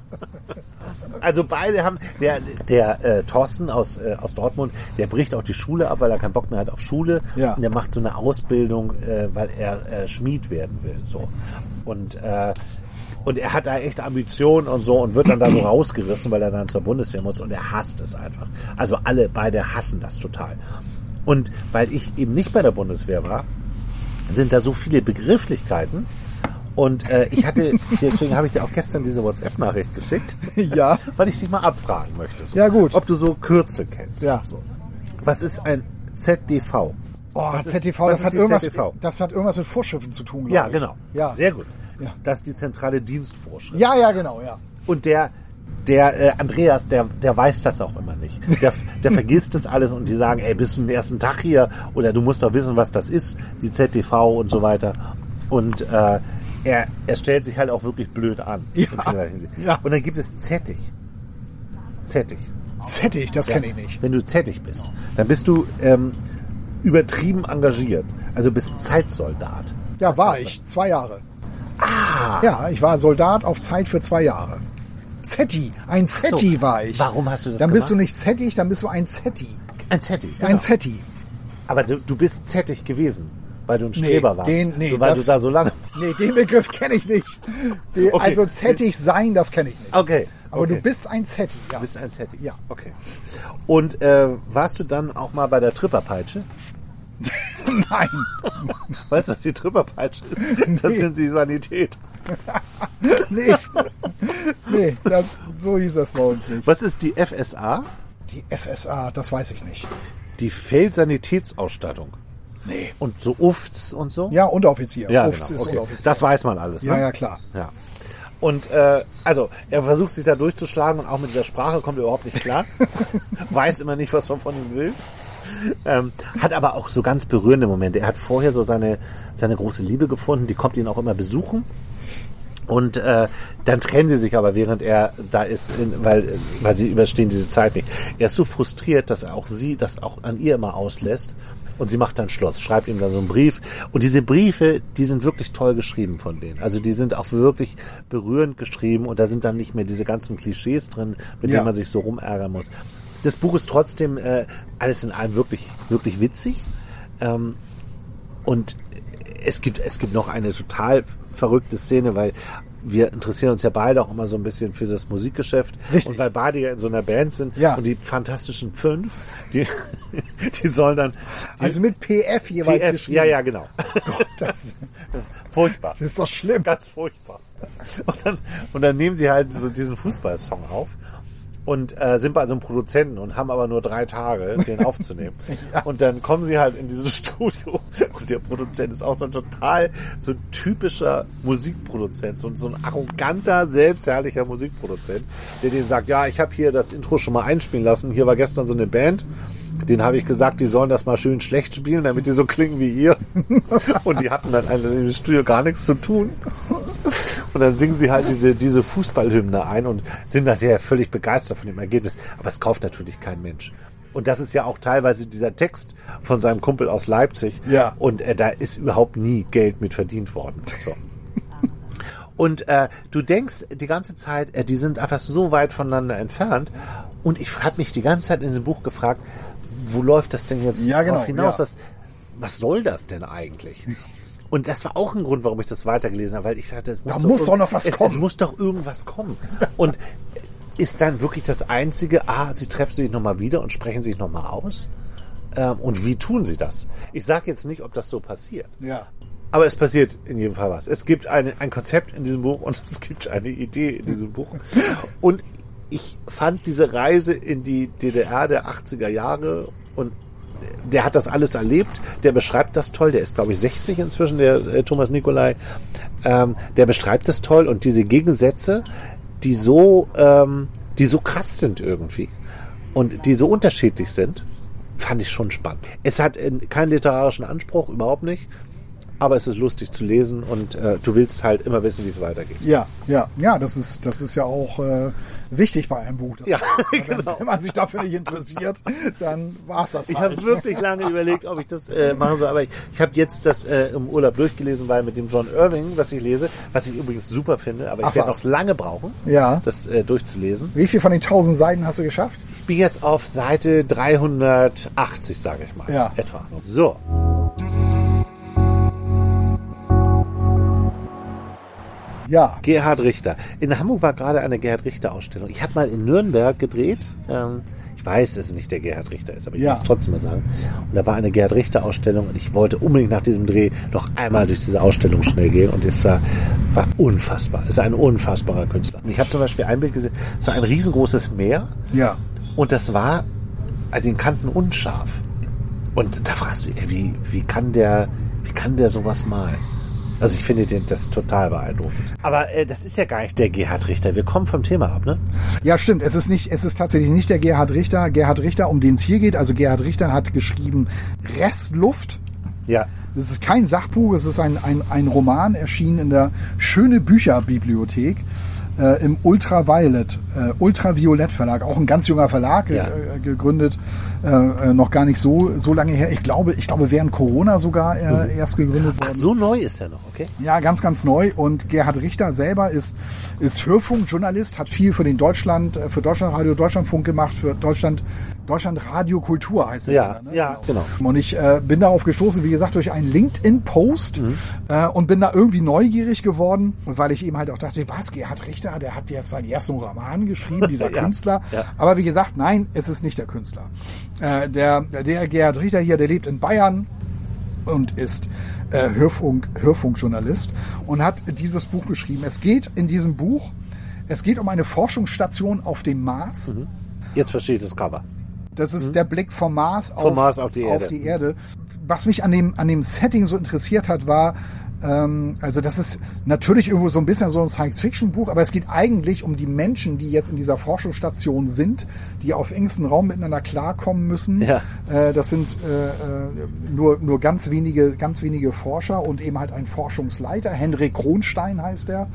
Also beide haben, der, der äh, Thorsten aus, äh, aus Dortmund, der bricht auch die Schule ab, weil er keinen Bock mehr hat auf Schule. Ja. Und der macht so eine Ausbildung, äh, weil er äh, Schmied werden will. So. Und, äh, und er hat da echt Ambitionen und so und wird dann da so rausgerissen, weil er dann zur Bundeswehr muss und er hasst es einfach. Also alle beide hassen das total. Und weil ich eben nicht bei der Bundeswehr war, sind da so viele Begrifflichkeiten. Und äh, ich hatte, deswegen habe ich dir auch gestern diese WhatsApp-Nachricht geschickt, Ja. weil ich dich mal abfragen möchte. So. Ja, gut. Ob du so Kürzel kennst. Ja. So. Was ist ein Z D V? Oh, Was Z D V, ist, was das ist hat die irgendwas, Z D V? das hat irgendwas mit Vorschriften zu tun, glaube Ja, ich. genau. Ja. Sehr gut. Ja. Das ist die zentrale Dienstvorschrift. Ja, ja, genau, ja. Und der, der äh, Andreas, der, der weiß das auch immer nicht. Der, der vergisst das alles und die sagen, ey, bist du den ersten Tag hier? Oder du musst doch wissen, was das ist, die Z D V und so weiter. Und äh, er, er stellt sich halt auch wirklich blöd an. Ja. Ja. Und dann gibt es Zettig. Zettig. Zettig, das kenne ich nicht. Wenn du zettig bist, dann bist du ähm, übertrieben engagiert. Also bist Zeitsoldat. Ja, Was war heißt ich. Zwei Jahre. das? Ah! Ja, ich war Soldat auf Zeit für zwei Jahre. Zetti, ein Zetti So, war ich. Warum hast du das Dann bist du gemacht? nicht zettig, dann bist du ein Zetti. Ein Zetti. Ein genau. Zetti. Aber du, du bist zettig gewesen, weil du ein Streber warst. den- nee, so, weil das- du da so lange... Nee, den Begriff kenne ich nicht. Die, Okay. Also zettig sein, das kenne ich nicht. Okay. Aber okay. du bist ein Zetti, ja. Du bist ein Zettig. Ja. Okay. Und äh, warst du dann auch mal bei der Tripperpeitsche? Nein. Weißt du, was die Tripperpeitsche ist? Das Nee. sind die Sanität. Nee. Nee, das, so hieß das bei uns nicht. Was ist die F S A? Die F S A, das weiß ich nicht. Die Feldsanitätsausstattung. Nee. Und so U F Z und so? Ja, Unteroffizier. Ja, Ufts genau. ist Okay. Unteroffizier. Das weiß man alles. Ne? Ja, ja, klar. Ja. Und äh, also, er versucht sich da durchzuschlagen und auch mit dieser Sprache kommt er überhaupt nicht klar. Weiß immer nicht, was man von ihm will. ähm, hat aber auch so ganz berührende Momente. Er hat vorher so seine, seine große Liebe gefunden, die kommt ihn auch immer besuchen. Und äh, dann trennen sie sich aber, während er da ist, in, weil, weil sie überstehen diese Zeit nicht. Er ist so frustriert, dass er auch sie das auch an ihr immer auslässt. Und sie macht dann Schluss, schreibt ihm dann so einen Brief. Und diese Briefe, die sind wirklich toll geschrieben von denen. Also die sind auch wirklich berührend geschrieben. Und da sind dann nicht mehr diese ganzen Klischees drin, mit Ja. denen man sich so rumärgern muss. Das Buch ist trotzdem äh, alles in allem wirklich, wirklich witzig. Ähm, und es gibt, es gibt noch eine total verrückte Szene, weil wir interessieren uns ja beide auch immer so ein bisschen für das Musikgeschäft. Richtig. Und weil beide ja in so einer Band sind. Ja. Und die Fantastischen Fünf, die, die sollen dann... Die Also mit P F jeweils P F, geschrieben. ja, ja, genau. Gott, das, Das ist furchtbar. das ist doch schlimm. Ganz furchtbar. Und dann, und dann nehmen sie halt so diesen Fußballsong auf und äh, sind bei so einem Produzenten und haben aber nur drei Tage, den aufzunehmen. Ja. Und dann kommen sie halt in dieses Studio und der Produzent ist auch so ein total, so ein typischer Musikproduzent, so, so ein arroganter, selbstherrlicher Musikproduzent, der denen sagt, ja, ich habe hier das Intro schon mal einspielen lassen, hier war gestern so eine Band, denen habe ich gesagt, die sollen das mal schön schlecht spielen, damit die so klingen wie ihr. Und die hatten dann im Studio gar nichts zu tun. Und dann singen sie halt diese, diese Fußballhymne ein und sind nachher völlig begeistert von dem Ergebnis. Aber es kauft natürlich kein Mensch. Und das ist ja auch teilweise dieser Text von seinem Kumpel aus Leipzig. Ja. Und äh, da ist überhaupt nie Geld mit verdient worden. So. Und äh, du denkst die ganze Zeit, äh, die sind einfach so weit voneinander entfernt. Und ich habe mich die ganze Zeit in diesem Buch gefragt, wo läuft das denn jetzt Ja, genau, drauf hinaus? ja. Was, was soll das denn eigentlich? Und das war auch ein Grund, warum ich das weitergelesen habe, weil ich dachte, es muss, Da doch, muss irg- doch noch was es, kommen. Es muss doch irgendwas kommen. Und ist dann wirklich das Einzige, ah, sie treffen sich nochmal wieder und sprechen sich nochmal aus? Ähm, und wie tun sie das? Ich sage jetzt nicht, ob das so passiert. Ja. Aber es passiert in jedem Fall was. Es gibt eine, ein Konzept in diesem Buch und es gibt eine Idee in diesem Buch. Und ich fand diese Reise in die D D R der achtziger Jahre und der hat das alles erlebt, der beschreibt das toll, der ist glaube ich sechzig inzwischen, der äh, Thomas Nicolai, ähm, der beschreibt das toll und diese Gegensätze, die so, ähm, die so krass sind irgendwie und die so unterschiedlich sind, fand ich schon spannend. Es hat äh, keinen literarischen Anspruch, überhaupt nicht. Aber es ist lustig zu lesen und äh, du willst halt immer wissen, wie es weitergeht. Ja, ja, ja, das ist, das ist ja auch äh, wichtig bei einem Buch. Das Ja, heißt, wenn, genau. wenn man sich dafür nicht interessiert, dann war's das Ich halt. habe wirklich lange überlegt, ob ich das äh, machen soll, aber ich, ich habe jetzt das äh, im Urlaub durchgelesen, weil mit dem John Irving, was ich lese, was ich übrigens super finde, aber ich Ach, werde was? noch lange brauchen, Ja. das äh, durchzulesen. Wie viel von den tausend Seiten hast du geschafft? Ich bin jetzt auf Seite dreihundertachtzig, sage ich mal, Ja. etwa. So. Ja. Gerhard Richter. In Hamburg war gerade eine Gerhard Richter Ausstellung. Ich habe mal in Nürnberg gedreht. Ähm, ich weiß, dass es nicht der Gerhard Richter ist, aber ich Ja. muss es trotzdem mal sagen. Und da war eine Gerhard Richter Ausstellung und ich wollte unbedingt nach diesem Dreh noch einmal durch diese Ausstellung schnell gehen und es war, war unfassbar. Es ist ein unfassbarer Künstler. Ich habe zum Beispiel ein Bild gesehen, es war ein riesengroßes Meer Ja. und das war an den Kanten unscharf. Und da fragst du, ey, wie, wie kann der, wie kann der sowas malen? Also ich finde den, das total beeindruckend. Aber äh, das ist ja gar nicht der Gerhard Richter. Wir kommen vom Thema ab, ne? Ja, stimmt. Es ist nicht, es ist tatsächlich nicht der Gerhard Richter. Gerhard Richter, um den es hier geht. Also Gerhard Richter hat geschrieben Restluft. Ja. Das ist kein Sachbuch, es ist ein, ein, ein Roman, erschienen in der Schöne Bücherbibliothek äh, im Ultraviolet, äh, Ultraviolett Verlag, auch ein ganz junger Verlag, Ja. äh, gegründet, äh, noch gar nicht so so lange her. Ich glaube, ich glaube während Corona sogar äh, Mhm. erst gegründet Ach, worden. so neu ist er noch, okay? Ja, ganz, ganz neu. Und Gerhard Richter selber ist, ist Hörfunkjournalist, hat viel für den Deutschland, für Deutschlandradio Deutschlandfunk gemacht, für Deutschland, Deutschlandradio Kultur heißt es. Ja, ne? ja, genau. Und ich äh, bin darauf gestoßen, wie gesagt, durch einen LinkedIn-Post Mhm. äh, und bin da irgendwie neugierig geworden, weil ich eben halt auch dachte, was, Gerhard Richter, der hat jetzt seinen ersten Roman geschrieben, dieser Ja, Künstler. ja. Aber wie gesagt, nein, es ist nicht der Künstler. Äh, der, der Gerhard Richter hier, der lebt in Bayern und ist äh, Hörfunk, Hörfunkjournalist und hat dieses Buch geschrieben. Es geht in diesem Buch, es geht um eine Forschungsstation auf dem Mars. Mhm. Jetzt verstehe ich das Cover. Das ist der Blick vom Mars, Vom auf, Mars auf die Erde. auf die Erde. Was mich an dem, an dem Setting so interessiert hat, war, Ähm, also das ist natürlich irgendwo so ein bisschen so ein Science-Fiction-Buch, aber es geht eigentlich um die Menschen, die jetzt in dieser Forschungsstation sind, die auf engstem Raum miteinander klarkommen müssen. Ja. Äh, das sind äh, nur, nur ganz wenige, ganz wenige Forscher und eben halt ein Forschungsleiter. Henrik Kronstein heißt er.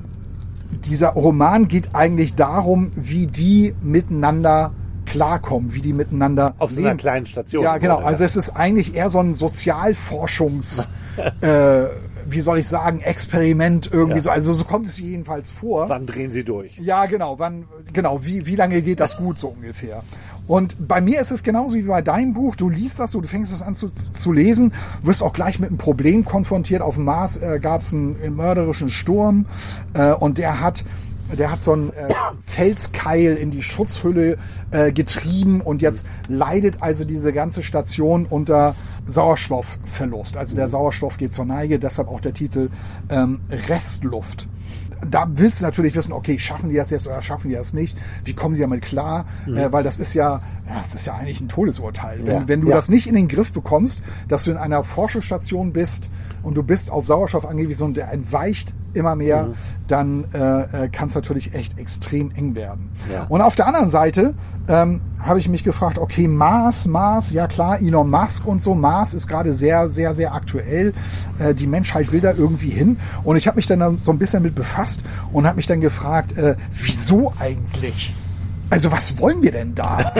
Dieser Roman geht eigentlich darum, wie die miteinander klarkommen, wie die miteinander auf so leben. einer kleinen Station. Ja, genau. Oder? Also es ist eigentlich eher so ein Sozialforschungs, äh, wie soll ich sagen, Experiment irgendwie Ja. so. Also so kommt es jedenfalls vor. Wann drehen sie durch? Ja, genau. Wann, genau. Wie, wie lange geht das gut so ungefähr? Und bei mir ist es genauso wie bei deinem Buch. Du liest das, du, du fängst es an zu, zu lesen, wirst auch gleich mit einem Problem konfrontiert. Auf dem Mars äh, gab es einen, einen mörderischen Sturm äh, und der hat Der hat so einen äh, Felskeil in die Schutzhülle äh, getrieben und jetzt leidet also diese ganze Station unter Sauerstoffverlust. Also der Sauerstoff geht zur Neige, deshalb auch der Titel ähm, Restluft. Da willst du natürlich wissen, okay, schaffen die das jetzt oder schaffen die das nicht? Wie kommen die damit klar? Mhm. Äh, weil das ist ja, ja, das ist ja eigentlich ein Todesurteil. Wenn, ja. wenn du ja. das nicht in den Griff bekommst, dass du in einer Forschungsstation bist und du bist auf Sauerstoff angewiesen und der entweicht immer mehr, mhm. dann äh, kann es natürlich echt extrem eng werden. Ja. Und auf der anderen Seite ähm, habe ich mich gefragt, okay, Mars, Mars, ja klar, Elon Musk und so, Mars ist gerade sehr, sehr, sehr aktuell. Äh, die Menschheit will da irgendwie hin. Und ich habe mich dann so ein bisschen mit befasst und habe mich dann gefragt, äh, wieso eigentlich? Also was wollen wir denn da?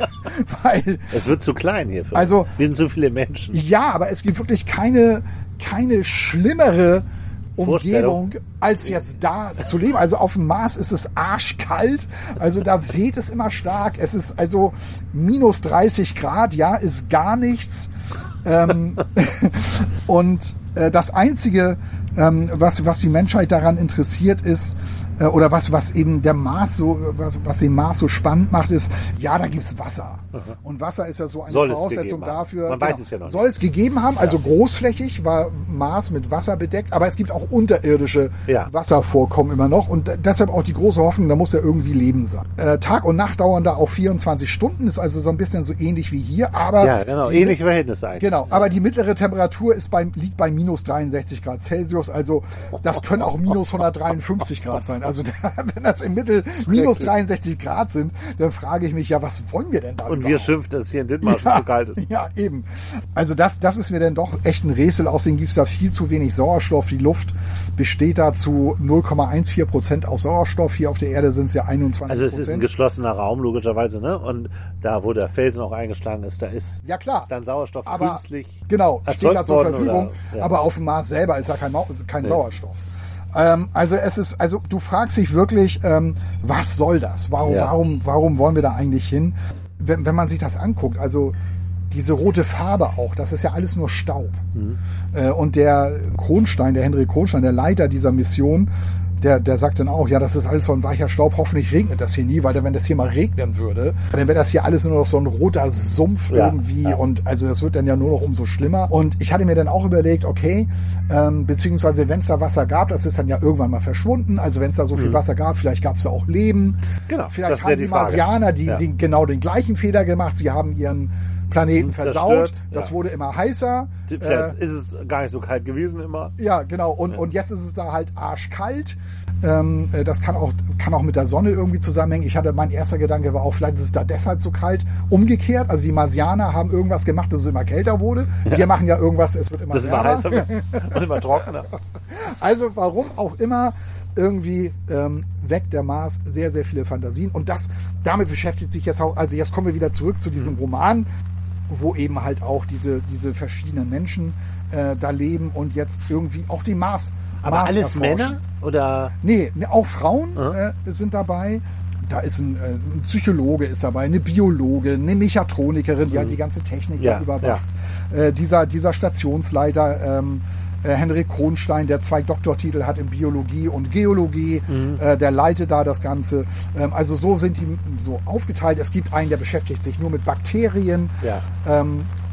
Weil es wird zu klein hier. Für also, uns. Wir sind zu viele Menschen. Ja, aber es gibt wirklich keine, keine schlimmere Umgebung, als jetzt da zu leben. Also auf dem Mars ist es arschkalt, also da weht es immer stark. Es ist also minus dreißig Grad, ja, ist gar nichts. ähm, und äh, das Einzige, ähm, was, was die Menschheit daran interessiert ist, äh, oder was, was eben der Mars so, was, was den Mars so spannend macht, ist, ja, da gibt's Wasser. Mhm. Und Wasser ist ja so eine soll Voraussetzung dafür. Man genau, weiß es ja noch soll es gegeben haben, also ja. großflächig war Mars mit Wasser bedeckt, aber es gibt auch unterirdische ja. Wasservorkommen immer noch und deshalb auch die große Hoffnung, da muss ja irgendwie Leben sein. Äh, Tag und Nacht dauern da auch vierundzwanzig Stunden, ist also so ein bisschen so ähnlich wie hier, aber ja, genau, ähnliche Verhältnisse eigentlich. Genau, aber die mittlere Temperatur ist bei, liegt bei minus dreiundsechzig Grad Celsius, also das können auch minus hundertdreiundfünfzig Grad sein. Also der, wenn das im Mittel minus dreiundsechzig Grad sind, dann frage ich mich, ja, was wollen wir denn da Und überhaupt? wir schimpfen, dass hier in Dithmarschen ja, zu kalt ist. Ja, eben. Also das, das ist mir dann doch echt ein Rätsel. Außerdem gibt es da viel zu wenig Sauerstoff. Die Luft besteht da zu null Komma vierzehn Prozent aus Sauerstoff. Hier auf der Erde sind es ja einundzwanzig Prozent. Also es ist ein geschlossener Raum, logischerweise, ne? Und da, wo der Felsen auch eingeschlagen ist, da ist ja, klar. dann Sauerstoff aber, künstlich genau, steht da zur Verfügung. Oder, ja. Aber auf dem Mars selber ist ja kein, kein nee. Sauerstoff. Ähm, also es ist, also du fragst dich wirklich, ähm, was soll das? Warum, ja. warum, warum wollen wir da eigentlich hin? Wenn, wenn man sich das anguckt, also diese rote Farbe auch, das ist ja alles nur Staub. Mhm. Äh, und der Kronstein, der Henrik Kronstein, der Leiter dieser Mission, der, der sagt dann auch, ja, das ist alles so ein weicher Staub, hoffentlich regnet das hier nie, weil wenn das hier mal regnen würde, dann wäre das hier alles nur noch so ein roter Sumpf ja, irgendwie ja. und also das wird dann ja nur noch umso schlimmer. Und ich hatte mir dann auch überlegt, okay, ähm, beziehungsweise wenn es da Wasser gab, das ist dann ja irgendwann mal verschwunden, also wenn es da so viel mhm. Wasser gab, vielleicht gab es da auch Leben. Genau, vielleicht haben die, die Marsianer die, ja. die genau den gleichen Fehler gemacht, sie haben ihren Planeten versaut, das ja. wurde immer heißer. Vielleicht äh, ist es gar nicht so kalt gewesen immer. Ja, genau. Und, ja. und jetzt ist es da halt arschkalt. Ähm, das kann auch, kann auch mit der Sonne irgendwie zusammenhängen. Ich hatte, mein erster Gedanke war auch, vielleicht ist es da deshalb so kalt. Umgekehrt, also die Marsianer haben irgendwas gemacht, dass es immer kälter wurde. Ja. Wir machen ja irgendwas, es wird immer das wärmer. Heißer und immer trockener. Also warum auch immer, irgendwie ähm, weckt der Mars sehr, sehr viele Fantasien. Und das, damit beschäftigt sich jetzt auch, also jetzt kommen wir wieder zurück zu diesem Roman, wo eben halt auch diese, diese verschiedenen Menschen äh, da leben und jetzt irgendwie auch die Mars. Aber Mars alles erforschen. Männer? Oder? Nee, auch Frauen mhm. äh, sind dabei. Da ist ein, äh, ein Psychologe ist dabei, eine Biologe, eine Mechatronikerin, die mhm. halt die ganze Technik ja, da überwacht. Ja. Äh, dieser, dieser Stationsleiter, ähm, äh, Henrik Kronstein, der zwei Doktortitel hat in Biologie und Geologie, mhm. äh, der leitet da das Ganze. Ähm, also so sind die so aufgeteilt. Es gibt einen, der beschäftigt sich nur mit Bakterien. Ja. Ähm,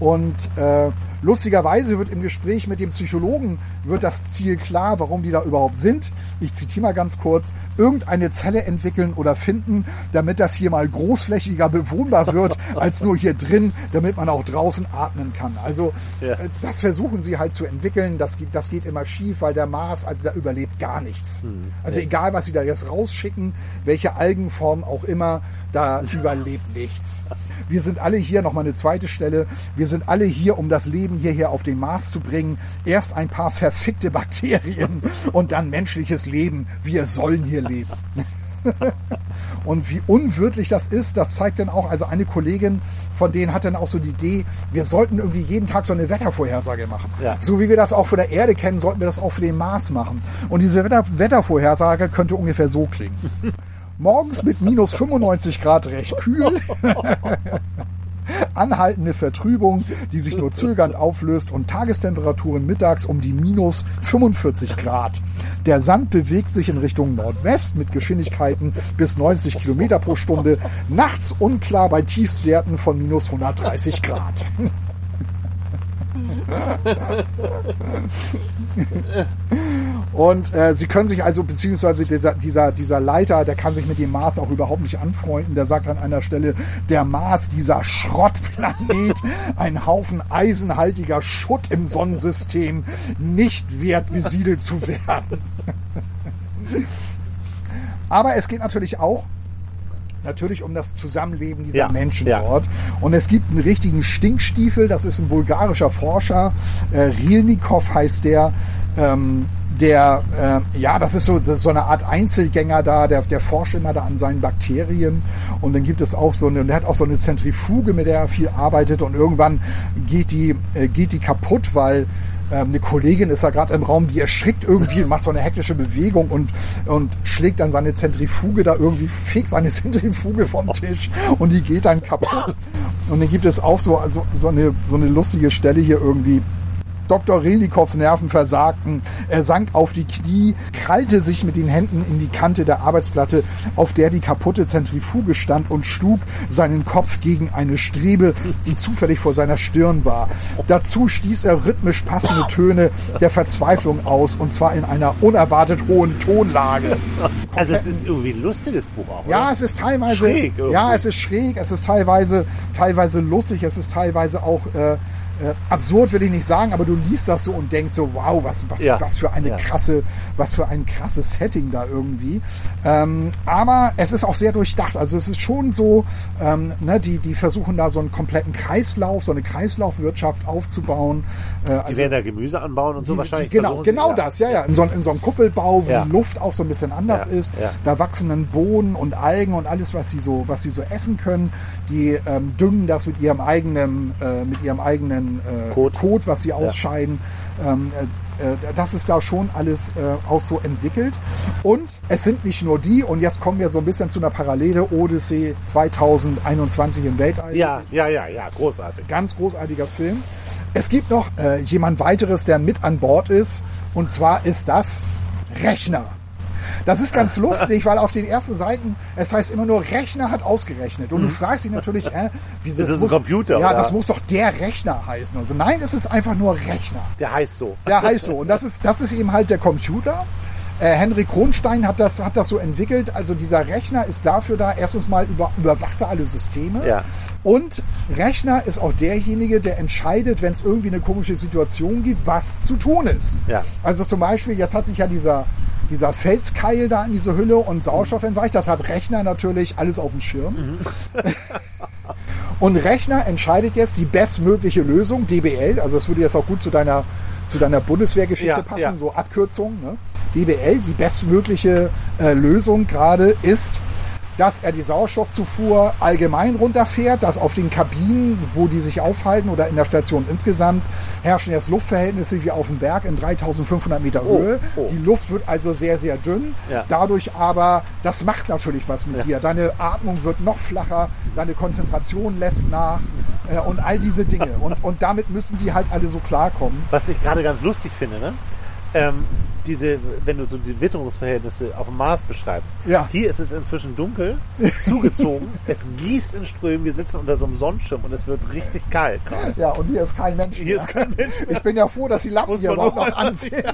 Und äh, lustigerweise wird im Gespräch mit dem Psychologen wird das Ziel klar, warum die da überhaupt sind. Ich zitiere mal ganz kurz. Irgendeine Zelle entwickeln oder finden, damit das hier mal großflächiger bewohnbar wird, als nur hier drin, damit man auch draußen atmen kann. Also ja. äh, das versuchen sie halt zu entwickeln. Das geht, das geht immer schief, weil der Mars, also da überlebt gar nichts. Hm. Also ja. egal, was sie da jetzt rausschicken, welche Algenform auch immer, da überlebt nichts. Wir sind alle hier, nochmal eine zweite Stelle, wir sind alle hier, um das Leben hierher auf den Mars zu bringen. Erst ein paar verfickte Bakterien und dann menschliches Leben. Wir sollen hier leben. Und wie unwirtlich das ist, das zeigt dann auch, also eine Kollegin von denen hat dann auch so die Idee, wir sollten irgendwie jeden Tag so eine Wettervorhersage machen. Ja. So wie wir das auch von der Erde kennen, sollten wir das auch für den Mars machen. Und diese Wetter- Wettervorhersage könnte ungefähr so klingen. Morgens mit minus fünfundneunzig Grad recht kühl. Anhaltende Vertrübung, die sich nur zögernd auflöst und Tagestemperaturen mittags um die minus fünfundvierzig Grad. Der Sand bewegt sich in Richtung Nordwest mit Geschwindigkeiten bis neunzig Kilometer pro Stunde. Nachts unklar bei Tiefstwerten von minus hundertdreißig Grad. Und äh, sie können sich also, beziehungsweise dieser, dieser, dieser Leiter, der kann sich mit dem Mars auch überhaupt nicht anfreunden. Der sagt an einer Stelle, der Mars, dieser Schrottplanet, ein Haufen eisenhaltiger Schutt im Sonnensystem, nicht wert besiedelt zu werden. Aber es geht natürlich auch Natürlich um das Zusammenleben dieser ja, Menschen ja. dort. Und es gibt einen richtigen Stinkstiefel, das ist ein bulgarischer Forscher, äh, Rilnikov heißt der, ähm, der, äh, ja, das ist so, das ist so eine Art Einzelgänger da, der, der forscht immer da an seinen Bakterien. Und dann gibt es auch so eine, der hat auch so eine Zentrifuge, mit der er viel arbeitet, und irgendwann geht die, äh, geht die kaputt, weil eine Kollegin ist da gerade im Raum, die erschrickt irgendwie und macht so eine hektische Bewegung und, und schlägt dann seine Zentrifuge da irgendwie, fegt seine Zentrifuge vom Tisch und die geht dann kaputt. Und dann gibt es auch so, also, so, eine, so eine lustige Stelle hier irgendwie. Doktor Relnikows Nerven versagten. Er sank auf die Knie, krallte sich mit den Händen in die Kante der Arbeitsplatte, auf der die kaputte Zentrifuge stand, und schlug seinen Kopf gegen eine Strebe, die zufällig vor seiner Stirn war. Dazu stieß er rhythmisch passende Töne der Verzweiflung aus, und zwar in einer unerwartet hohen Tonlage. Also es ist irgendwie ein lustiges Buch auch, oder? Ja, es ist teilweise schräg. Irgendwie. Ja, es ist schräg, es ist teilweise, teilweise lustig, es ist teilweise auch äh, Äh, absurd will ich nicht sagen, aber du liest das so und denkst so, wow, was, was, ja. was für eine ja. krasse, was für ein krasses Setting da irgendwie. Ähm, aber es ist auch sehr durchdacht. Also es ist schon so, ähm, ne, die, die versuchen da so einen kompletten Kreislauf, so eine Kreislaufwirtschaft aufzubauen. Äh, also die werden da Gemüse anbauen und so die, wahrscheinlich. Die, genau, genau ja. das, ja, ja. In so, in so einem Kuppelbau, wo ja. die Luft auch so ein bisschen anders ja. ist. Ja. Da wachsen dann Bohnen und Algen und alles, was sie so, was sie so essen können. Die ähm, düngen das mit ihrem eigenen, äh, mit ihrem eigenen Äh, Kot. Kot, was sie ausscheiden. Ja. Ähm, äh, das ist da schon alles äh, auch so entwickelt. Und es sind nicht nur die, und jetzt kommen wir so ein bisschen zu einer Parallele, Odyssey zwanzig einundzwanzig im Weltall. Ja, ja, ja, ja, großartig. Ganz großartiger Film. Es gibt noch äh, jemand weiteres, der mit an Bord ist, und zwar ist das Rechner. Das ist ganz lustig, weil auf den ersten Seiten, es heißt immer nur, Rechner hat ausgerechnet. Und mhm. du fragst dich natürlich, äh, wieso? Ist das ein muss, Computer? Ja, oder? Das muss doch der Rechner heißen. Also nein, es ist einfach nur Rechner. Der heißt so. Der heißt so. Und das ist, das ist eben halt der Computer. Äh, Henry Kronstein hat das, hat das so entwickelt. Also dieser Rechner ist dafür da, erstens mal über, überwacht er alle Systeme. Ja. Und Rechner ist auch derjenige, der entscheidet, wenn es irgendwie eine komische Situation gibt, was zu tun ist. Ja. Also zum Beispiel, jetzt hat sich ja dieser, dieser Felskeil da in diese Hülle und Sauerstoff entweicht. Das hat Rechner natürlich alles auf dem Schirm. Mhm. Und Rechner entscheidet jetzt die bestmögliche Lösung, D B L. Also das würde jetzt auch gut zu deiner, zu deiner Bundeswehrgeschichte ja, passen, ja. so Abkürzung. Ne? D B L, die bestmögliche äh, Lösung gerade ist, dass er die Sauerstoffzufuhr allgemein runterfährt, dass auf den Kabinen, wo die sich aufhalten, oder in der Station insgesamt, herrschen jetzt Luftverhältnisse wie auf dem Berg in dreitausendfünfhundert Meter oh, Höhe. Oh. Die Luft wird also sehr, sehr dünn. Ja. Dadurch aber, das macht natürlich was mit ja. dir. Deine Atmung wird noch flacher, deine Konzentration lässt nach äh, und all diese Dinge. Und, und damit müssen die halt alle so klarkommen. Was ich gerade ganz lustig finde, ne? Ähm, diese, wenn du so die Witterungsverhältnisse auf dem Mars beschreibst. Ja. Hier ist es inzwischen dunkel, zugezogen, es gießt in Strömen, wir sitzen unter so einem Sonnenschirm und es wird richtig kalt gerade. Ja, und hier ist kein Mensch Hier mehr. ist kein Mensch mehr. Ich bin ja froh, dass die Lampen Muss hier man überhaupt nur noch mal an sind.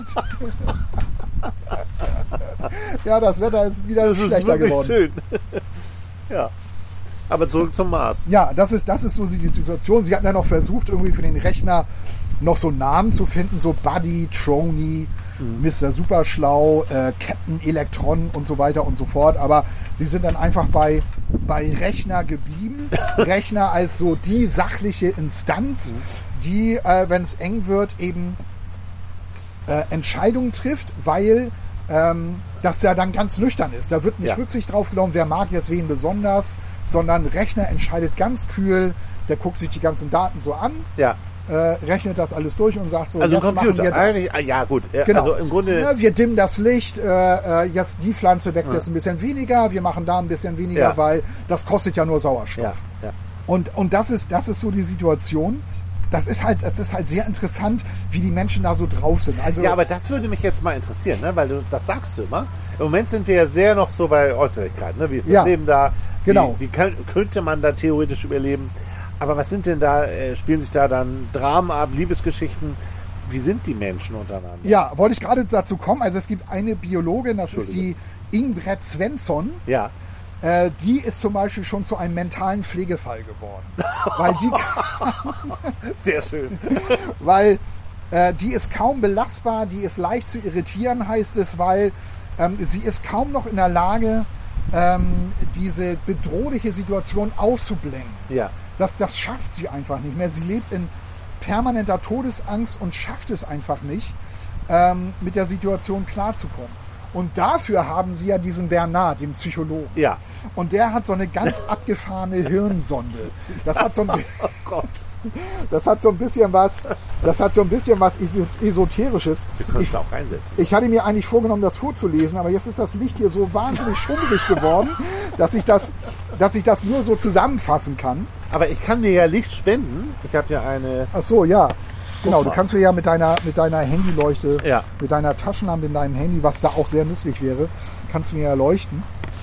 Ja, das Wetter ist wieder Das ist schlechter wirklich geworden. schön. Ja. Aber zurück zum Mars. Ja, das ist, das ist so die Situation. Sie hatten ja noch versucht, irgendwie für den Rechner noch so Namen zu finden, so Buddy, Trony, mhm. Mister Superschlau, äh, Captain Elektron und so weiter und so fort. Aber sie sind dann einfach bei, bei Rechner geblieben. Rechner als so die sachliche Instanz, mhm. die, äh, wenn es eng wird, eben äh, Entscheidungen trifft, weil ähm, das ja dann ganz nüchtern ist. Da wird nicht ja. Rücksicht drauf genommen, wer mag jetzt wen besonders, sondern Rechner entscheidet ganz kühl, der guckt sich die ganzen Daten so an, ja. äh, rechnet das alles durch und sagt so, also jetzt Computer, machen wir das. eigentlich, ja gut, Genau. also im Grunde... Ja, wir dimmen das Licht, äh, jetzt die Pflanze wächst ja. jetzt ein bisschen weniger, wir machen da ein bisschen weniger, ja. weil das kostet ja nur Sauerstoff. Ja. Ja. Und, und das ist, das ist so die Situation. Das ist halt, das ist halt sehr interessant, wie die Menschen da so drauf sind. Also, ja, aber das würde mich jetzt mal interessieren, ne? Weil du das sagst du immer. Im Moment sind wir ja sehr noch so bei Äußerlichkeiten. Ne? Wie ist das ja, Leben da? Wie, genau. wie kann, könnte man da theoretisch überleben? Aber was sind denn da, äh, spielen sich da dann Dramen ab, Liebesgeschichten? Wie sind die Menschen untereinander? Ja, wollte ich gerade dazu kommen. Also es gibt eine Biologin, das ist die Ingrid Svensson. Ja. Äh, die ist zum Beispiel schon zu einem mentalen Pflegefall geworden. Weil die, sehr schön. weil äh, die ist kaum belastbar, die ist leicht zu irritieren, heißt es, weil ähm, sie ist kaum noch in der Lage, ähm, diese bedrohliche Situation auszublenden. Ja. Das, das schafft sie einfach nicht mehr. Sie lebt in permanenter Todesangst und schafft es einfach nicht, ähm, mit der Situation klarzukommen. Und dafür haben sie ja diesen Bernard, den Psychologen. Ja. Und der hat so eine ganz abgefahrene Hirnsonde. Das hat so ein, oh Gott. Das hat so ein bisschen was, das hat so ein bisschen was Esoterisches. Wir können Ich, es auch reinsetzen. ich hatte mir eigentlich vorgenommen, das vorzulesen, aber jetzt ist das Licht hier so wahnsinnig schummrig geworden, dass ich das, dass ich das nur so zusammenfassen kann. Aber ich kann dir ja Licht spenden. Ich habe ja eine... Ach so, ja. Genau, du kannst mir ja mit deiner, mit deiner Handyleuchte, ja. mit deiner Taschenlampe in deinem Handy, was da auch sehr nützlich wäre, kannst du mir ja leuchten.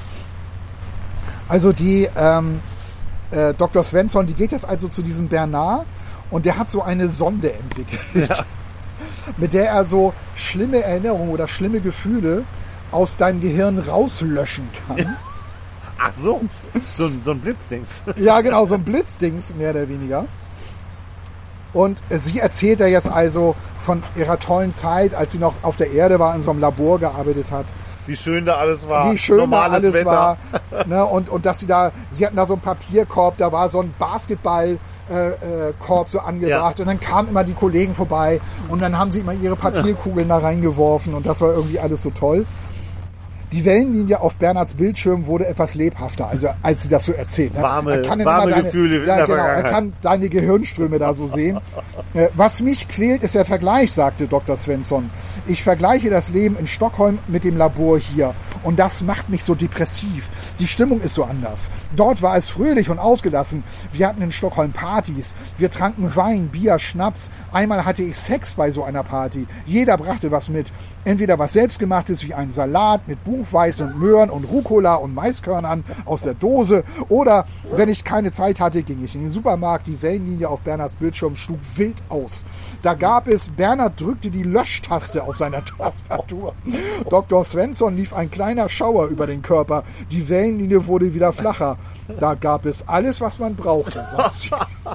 Also die ähm, äh, Doktor Svensson, die geht jetzt also zu diesem Bernard und der hat so eine Sonde entwickelt, ja. mit der er so schlimme Erinnerungen oder schlimme Gefühle aus deinem Gehirn rauslöschen kann. Ach so, so, so ein Blitzdings. Ja, genau, so ein Blitzdings, mehr oder weniger. Und sie erzählt ja jetzt also von ihrer tollen Zeit, als sie noch auf der Erde war, in so einem Labor gearbeitet hat. Wie schön da alles war. Wie schön da alles Wetter. war. Ne, und, und dass sie da, sie hatten da so einen Papierkorb, da war so ein Basketballkorb äh, äh, so angebracht. Ja. Und dann kamen immer die Kollegen vorbei und dann haben sie immer ihre Papierkugeln da reingeworfen und das war irgendwie alles so toll. Die Wellenlinie auf Bernhards Bildschirm wurde etwas lebhafter, also als sie das so erzählt. Warme, er kann warme deine, Gefühle. Ja, genau, er kann deine Gehirnströme da so sehen. Was mich quält, ist der Vergleich, sagte Doktor Svensson. Ich vergleiche das Leben in Stockholm mit dem Labor hier. Und das macht mich so depressiv. Die Stimmung ist so anders. Dort war es fröhlich und ausgelassen. Wir hatten in Stockholm Partys. Wir tranken Wein, Bier, Schnaps. Einmal hatte ich Sex bei so einer Party. Jeder brachte was mit. Entweder was Selbstgemachtes wie ein Salat mit Buchweiß und Möhren und Rucola und Maiskörnern aus der Dose. Oder, wenn ich keine Zeit hatte, ging ich in den Supermarkt. Die Wellenlinie auf Bernhards Bildschirm schlug wild aus. Da gab es, Bernhard drückte die Löschtaste auf seiner Tastatur. Doktor Svensson lief ein kleiner Schauer über den Körper. Die Wellenlinie wurde wieder flacher. Da gab es alles, was man brauchte, sagt sie.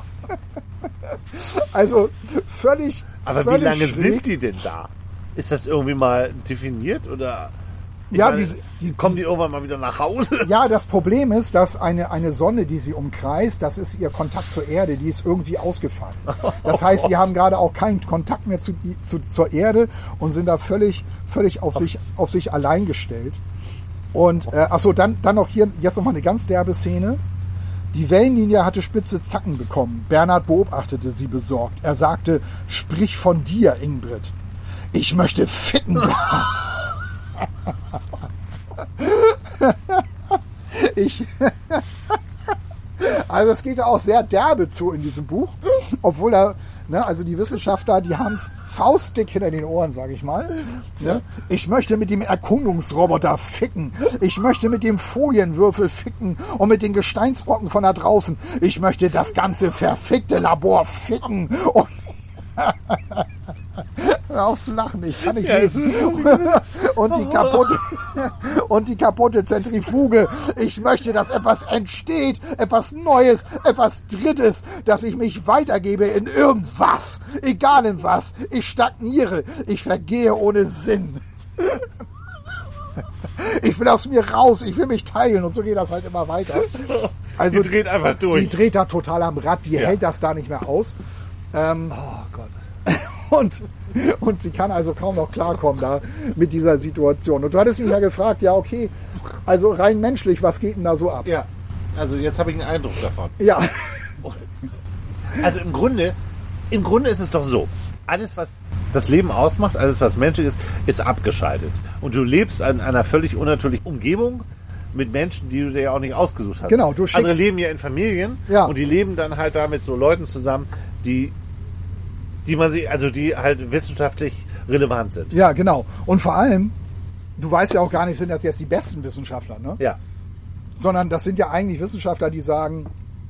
Also völlig Aber völlig wie lange schräg. sind die denn da? Ist das irgendwie mal definiert oder ich Ja, meine, die, die, kommen die, die irgendwann mal wieder nach Hause? Ja, das Problem ist, dass eine, eine Sonne, die sie umkreist, das ist ihr Kontakt zur Erde, die ist irgendwie ausgefallen. Das heißt, sie haben gerade auch keinen Kontakt mehr zu, zu, zur Erde und sind da völlig, völlig auf sich, auf sich allein gestellt. Und äh, achso, dann, dann noch hier, jetzt nochmal eine ganz derbe Szene. Die Wellenlinie hatte spitze Zacken bekommen. Bernhard beobachtete sie besorgt. Er sagte, sprich von dir, Ingrid. Ich möchte ficken. ich, Also es geht ja auch sehr derbe zu in diesem Buch, obwohl da, ne, also die Wissenschaftler, die haben es faustdick hinter den Ohren, sage ich mal. Ne? Ich möchte mit dem Erkundungsroboter ficken. Ich möchte mit dem Folienwürfel ficken und mit den Gesteinsbrocken von da draußen. Ich möchte das ganze verfickte Labor ficken. Und hör auf zu lachen, ich kann nicht Ja, lesen. Und die kaputte und die kaputte Zentrifuge. Ich möchte, dass etwas entsteht, etwas Neues, etwas Drittes, dass ich mich weitergebe in irgendwas, egal in was. Ich stagniere, ich vergehe ohne Sinn. Ich will aus mir raus, ich will mich teilen und so geht das halt immer weiter. Also die dreht einfach durch. Die dreht da total am Rad, die Ja. hält das da nicht mehr aus. Ähm, Oh Gott. und, und sie kann also kaum noch klarkommen da mit dieser Situation. Und du hattest mich ja gefragt, ja okay, also rein menschlich, was geht denn da so ab? Ja, also jetzt habe ich einen Eindruck davon. Ja, Also im Grunde, im Grunde ist es doch so, alles was das Leben ausmacht, alles was menschlich ist, ist abgeschaltet. Und du lebst in einer völlig unnatürlichen Umgebung mit Menschen, die du dir ja auch nicht ausgesucht hast. Genau, du schickst- Andere leben ja in Familien Ja. und die leben dann halt da mit so Leuten zusammen, die die man sich, also die halt wissenschaftlich relevant sind. ja, genau. Und vor allem, du weißt ja auch gar nicht, sind das jetzt die besten Wissenschaftler, ne? Ja. Sondern das sind ja eigentlich Wissenschaftler, die sagen,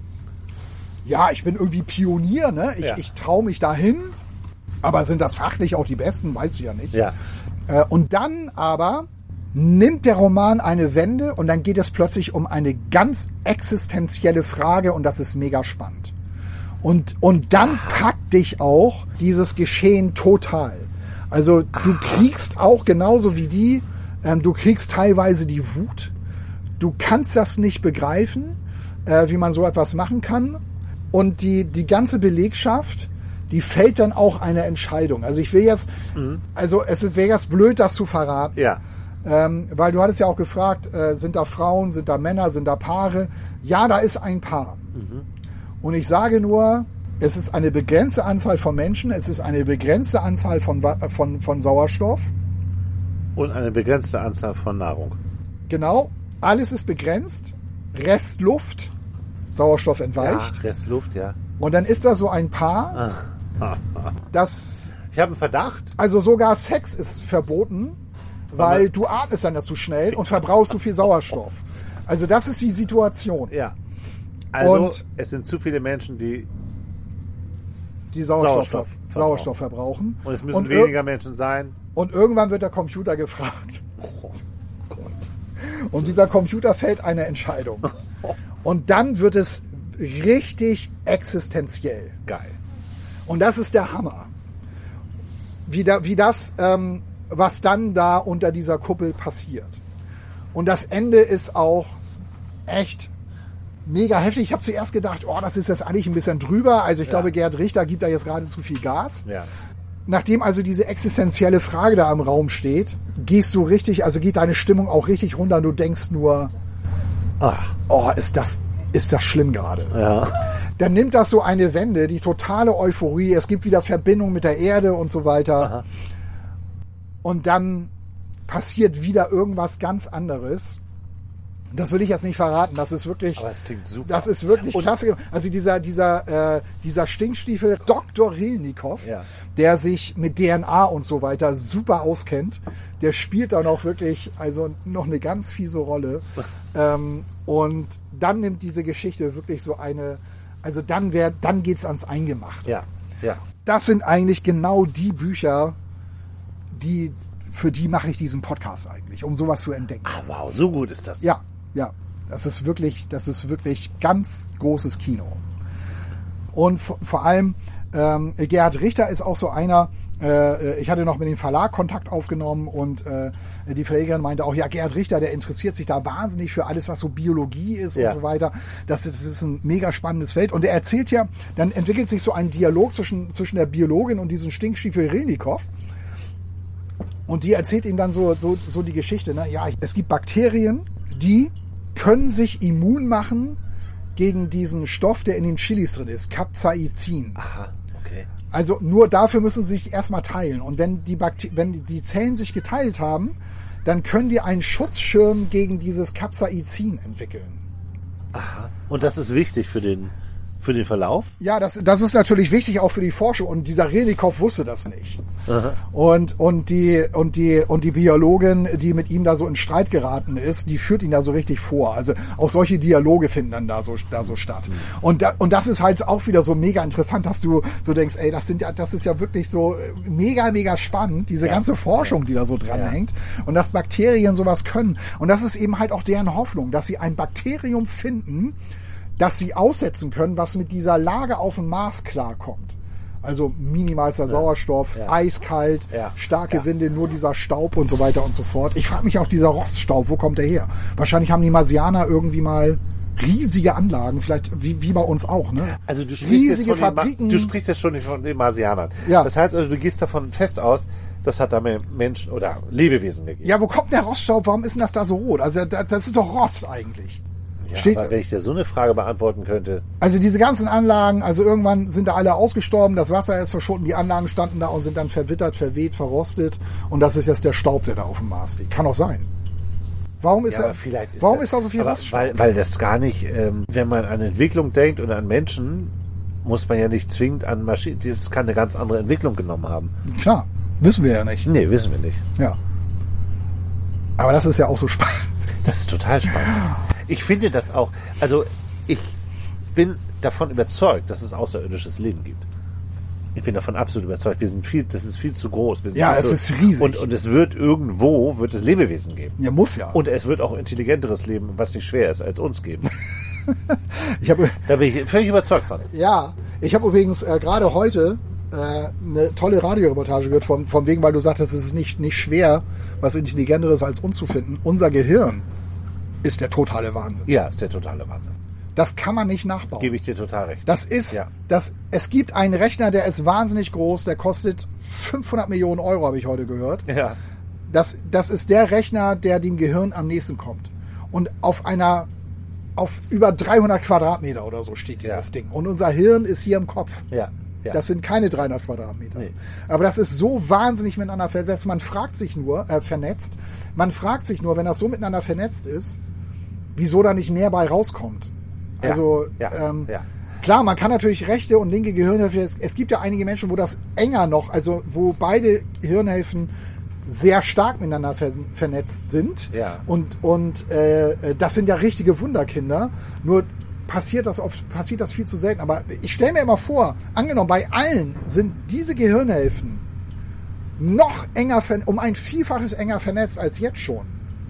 ja, ich bin irgendwie Pionier, ne? Ich, Ja. ich traue mich dahin, aber sind das fachlich auch die Besten? Weißt du ja nicht. Ja. Äh, Und dann aber nimmt der Roman eine Wende und dann geht es plötzlich um eine ganz existenzielle Frage und das ist mega spannend. Und, und dann packt dich auch dieses Geschehen total. Also du kriegst auch genauso wie die, ähm, du kriegst teilweise die Wut. Du kannst das nicht begreifen, äh, wie man so etwas machen kann. Und die, die ganze Belegschaft, die fällt dann auch eine Entscheidung. Also ich will jetzt, also es wäre jetzt blöd, das zu verraten. Ja. Ähm, weil du hattest ja auch gefragt, äh, sind da Frauen, sind da Männer, sind da Paare? Ja, da ist ein Paar. Und ich sage nur, es ist eine begrenzte Anzahl von Menschen, es ist eine begrenzte Anzahl von, Wa- von, von Sauerstoff. Und eine begrenzte Anzahl von Nahrung. Genau, alles ist begrenzt. Restluft, Sauerstoff entweicht. Ja, Restluft, ja. Und dann ist da so ein Paar, das, Ich habe einen Verdacht. also sogar Sex ist verboten, weil du atmest dann dazu schnell und verbrauchst zu viel Sauerstoff. Also das ist die Situation. Ja. Also Und- es sind zu viele Menschen, die Die Sauerstoff, Sauerstoff Sauerstoff, verbrauchen. und es müssen und, ir- weniger Menschen sein. und irgendwann wird der Computer gefragt. Oh Gott. Und dieser Computer fällt eine Entscheidung. Und dann wird es richtig existenziell. Geil. Und das ist der Hammer. Wie, da, wie das, ähm, was dann da unter dieser Kuppel passiert. Und das Ende ist auch echt mega heftig. Ich habe zuerst gedacht, oh, das ist jetzt eigentlich ein bisschen drüber. Also ich Ja. glaube, Gerhard Richter gibt da jetzt gerade zu viel Gas. Ja. Nachdem also diese existenzielle Frage da im Raum steht, gehst du richtig, also geht deine Stimmung auch richtig runter und du denkst nur, Ach, oh, ist das, ist das schlimm gerade. ja. Dann nimmt das so eine Wende, die totale Euphorie, es gibt wieder Verbindung mit der Erde und so weiter. Aha. Und dann passiert wieder irgendwas ganz anderes. Das will ich jetzt nicht verraten, das ist wirklich... Aber es klingt super. Das ist wirklich Und- klasse. Also dieser, dieser, äh, dieser Stinkstiefel Doktor Rilnikow, Ja. der sich mit D N A und so weiter super auskennt, der spielt dann auch wirklich also noch eine ganz fiese Rolle. ähm, und dann nimmt diese Geschichte wirklich so eine, also dann wär, dann geht's ans Eingemachte. Ja. Ja. Das sind eigentlich genau die Bücher, die, für die mache ich diesen Podcast eigentlich, um sowas zu entdecken. Ah, wow, so gut ist das. Ja, ja. Das ist wirklich, das ist wirklich ganz großes Kino. Und vor, vor allem, ähm, Gerhard Richter ist auch so einer, äh, ich hatte noch mit dem Verlag Kontakt aufgenommen und äh, die Verlegerin meinte auch, ja, Gerhard Richter, der interessiert sich da wahnsinnig für alles, was so Biologie ist Ja. und so weiter. Das, das ist ein mega spannendes Feld. Und er erzählt ja, dann entwickelt sich so ein Dialog zwischen, zwischen der Biologin und diesem Stinkstiefel Rilnikow. Und die erzählt ihm dann so, so, so die Geschichte. Ne? Ja, es gibt Bakterien, die können sich immun machen gegen diesen Stoff, der in den Chilis drin ist, Capsaicin. Aha, okay. Also nur dafür müssen sie sich erstmal teilen. Und wenn die, Bakter- wenn die Zellen sich geteilt haben, dann können die einen Schutzschirm gegen dieses Capsaicin entwickeln. Aha. Und das ist wichtig für den, für den Verlauf? Ja, das, das ist natürlich wichtig auch für die Forschung. Und dieser Redikow wusste das nicht. Aha. Und, und die, und die, und die Biologin, die mit ihm da so in Streit geraten ist, die führt ihn da so richtig vor. Also auch solche Dialoge finden dann da so, da so statt. Mhm. Und da, und das ist halt auch wieder so mega interessant, dass du so denkst, ey, das sind ja, das ist ja wirklich so mega, mega spannend, diese ja. ganze Forschung, die da so dranhängt. Ja. Und dass Bakterien sowas können. Und das ist eben halt auch deren Hoffnung, dass sie ein Bakterium finden, dass sie aussetzen können, was mit dieser Lage auf dem Mars klarkommt. Also minimalster ja. Sauerstoff, ja. eiskalt, ja. starke ja. Winde, nur dieser Staub und so weiter und so fort. Ich frage mich auch, dieser Roststaub, wo kommt der her? Wahrscheinlich haben die Marsianer irgendwie mal riesige Anlagen, vielleicht wie, wie bei uns auch. Ne? Also du sprichst, riesige jetzt von Fabriken. Den, du sprichst jetzt schon von den Marsianern. Ja. Das heißt also, du gehst davon fest aus, das hat da Menschen oder Lebewesen gegeben. Ja, wo kommt der Roststaub? Warum ist denn das da so rot? Also das ist doch Rost eigentlich. Ja, Steht, aber wenn ich dir so eine Frage beantworten könnte. Also diese ganzen Anlagen, also irgendwann sind da alle ausgestorben, das Wasser ist verschwunden, die Anlagen standen da und sind dann verwittert, verweht, verrostet und das ist jetzt der Staub, der da auf dem Mars liegt. Kann auch sein. Warum ist, ja, da, vielleicht ist warum das, ist da so viel Roststaub? Weil, weil das gar nicht, ähm, wenn man an Entwicklung denkt und an Menschen, muss man ja nicht zwingend an Maschinen, das kann eine ganz andere Entwicklung genommen haben. Klar, wissen wir ja nicht. Nee, wissen wir nicht. Ja. Aber das ist ja auch so spannend. Das ist total spannend. Ich finde das auch, also ich bin davon überzeugt, dass es außerirdisches Leben gibt. Ich bin davon absolut überzeugt. Wir sind viel, das ist viel zu groß. Wir sind ja, es zu, ist riesig. Und, und es wird irgendwo, wird es Lebewesen geben. Ja, muss ja. Und es wird auch intelligenteres Leben, was nicht schwer ist, als uns geben. ich hab, da bin ich völlig überzeugt von. Ja, ich habe übrigens äh, gerade heute äh, eine tolle Radioreportage gehört, von, von wegen, weil du sagtest, es ist nicht, nicht schwer, was Intelligenteres als uns zu finden. Unser Gehirn ist der totale Wahnsinn. Ja, ist der totale Wahnsinn. Das kann man nicht nachbauen. Gebe ich dir total recht. Das ist, ja. das, es gibt einen Rechner, der ist wahnsinnig groß, der kostet fünfhundert Millionen Euro, habe ich heute gehört. Ja. Das, das ist der Rechner, der dem Gehirn am nächsten kommt. Und auf einer, auf über dreihundert Quadratmeter oder so steht dieses ja. Ding. Und unser Hirn ist hier im Kopf. Ja. Ja. Das sind keine dreihundert Quadratmeter. Nee. Aber das ist so wahnsinnig miteinander vernetzt. Man fragt sich nur, äh, vernetzt. Man fragt sich nur, wenn das so miteinander vernetzt ist, wieso da nicht mehr bei rauskommt. Also, ja. Ja. Ähm, ja. klar, man kann natürlich rechte und linke Gehirnhälften, es, es gibt ja einige Menschen, wo das enger noch, also wo beide Hirnhälften sehr stark miteinander ver, vernetzt sind. Ja. Und, und äh, das sind ja richtige Wunderkinder. Nur passiert das oft, passiert das viel zu selten. Aber ich stelle mir immer vor, angenommen, bei allen sind diese Gehirnhälften noch enger, um ein Vielfaches enger vernetzt als jetzt schon.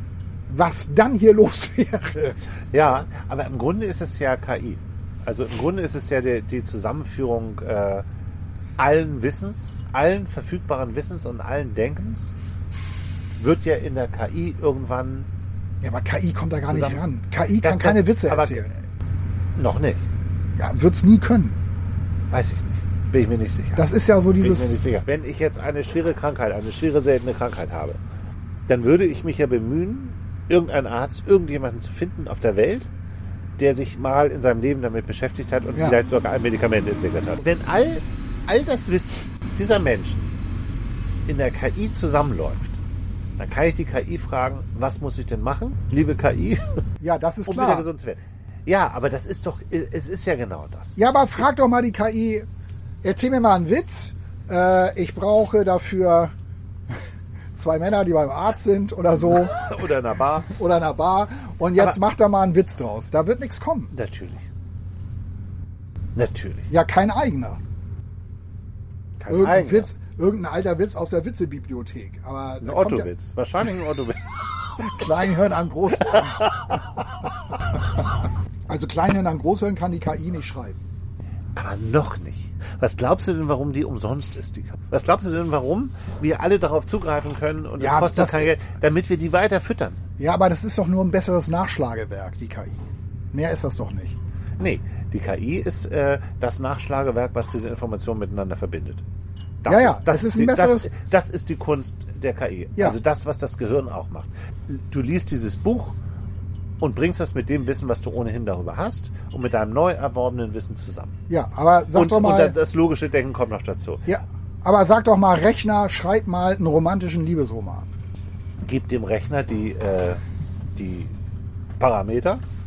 Was dann hier los wäre. Ja, aber im Grunde ist es ja K I. Also im Grunde ist es ja die, die Zusammenführung äh, allen Wissens, allen verfügbaren Wissens und allen Denkens wird ja in der K I irgendwann... Ja, aber K I kommt da gar zusammen. nicht ran. K I kann das, keine das, Witze erzählen. Noch nicht. Ja, wird's nie können. Weiß ich nicht. Bin ich mir nicht sicher. Das ist ja so dieses... Bin ich mir nicht sicher. Wenn ich jetzt eine schwere Krankheit, eine schwere seltene Krankheit habe, dann würde ich mich ja bemühen, irgendein Arzt, irgendjemanden zu finden auf der Welt, der sich mal in seinem Leben damit beschäftigt hat und ja. vielleicht sogar ein Medikament entwickelt hat. Wenn all, all das Wissen dieser Menschen in der K I zusammenläuft, dann kann ich die K I fragen, was muss ich denn machen, liebe K I? Ja, das ist um klar. wieder gesund zu werden. Ja, aber das ist doch, es ist ja genau das. Ja, aber frag doch mal die K I, erzähl mir mal einen Witz, äh, ich brauche dafür zwei Männer, die beim Arzt sind oder so. Oder in einer Bar. Oder in einer Bar. Und jetzt aber macht da mal einen Witz draus. Da wird nichts kommen. Natürlich. Natürlich. Ja, kein eigener. Kein irgendein eigener. Witz, irgendein alter Witz aus der Witzebibliothek. Aber ein Otto-Witz. Ja wahrscheinlich ein Otto-Witz. Kleinhirn an Großhirn. Also Kleinhirn an Großhirn kann die K I nicht schreiben. Aber noch nicht. Was glaubst du denn, warum die umsonst ist? Die Was glaubst du denn, warum wir alle darauf zugreifen können und ja, es kostet das, kein Geld, damit wir die weiter füttern? Ja, aber das ist doch nur ein besseres Nachschlagewerk, die K I. Mehr ist das doch nicht. Nee, die K I ist äh, das Nachschlagewerk, was diese Informationen miteinander verbindet. Das ja, ja, ist, das, das ist ein die, besseres... Das, das ist die Kunst der K I. Ja. Also das, was das Gehirn auch macht. Du liest dieses Buch und bringst das mit dem Wissen, was du ohnehin darüber hast und mit deinem neu erworbenen Wissen zusammen. Ja, aber sag und, doch mal... Und das logische Denken kommt noch dazu. Ja, aber sag doch mal, Rechner, schreib mal einen romantischen Liebesroman. Gib dem Rechner die, äh, die Parameter.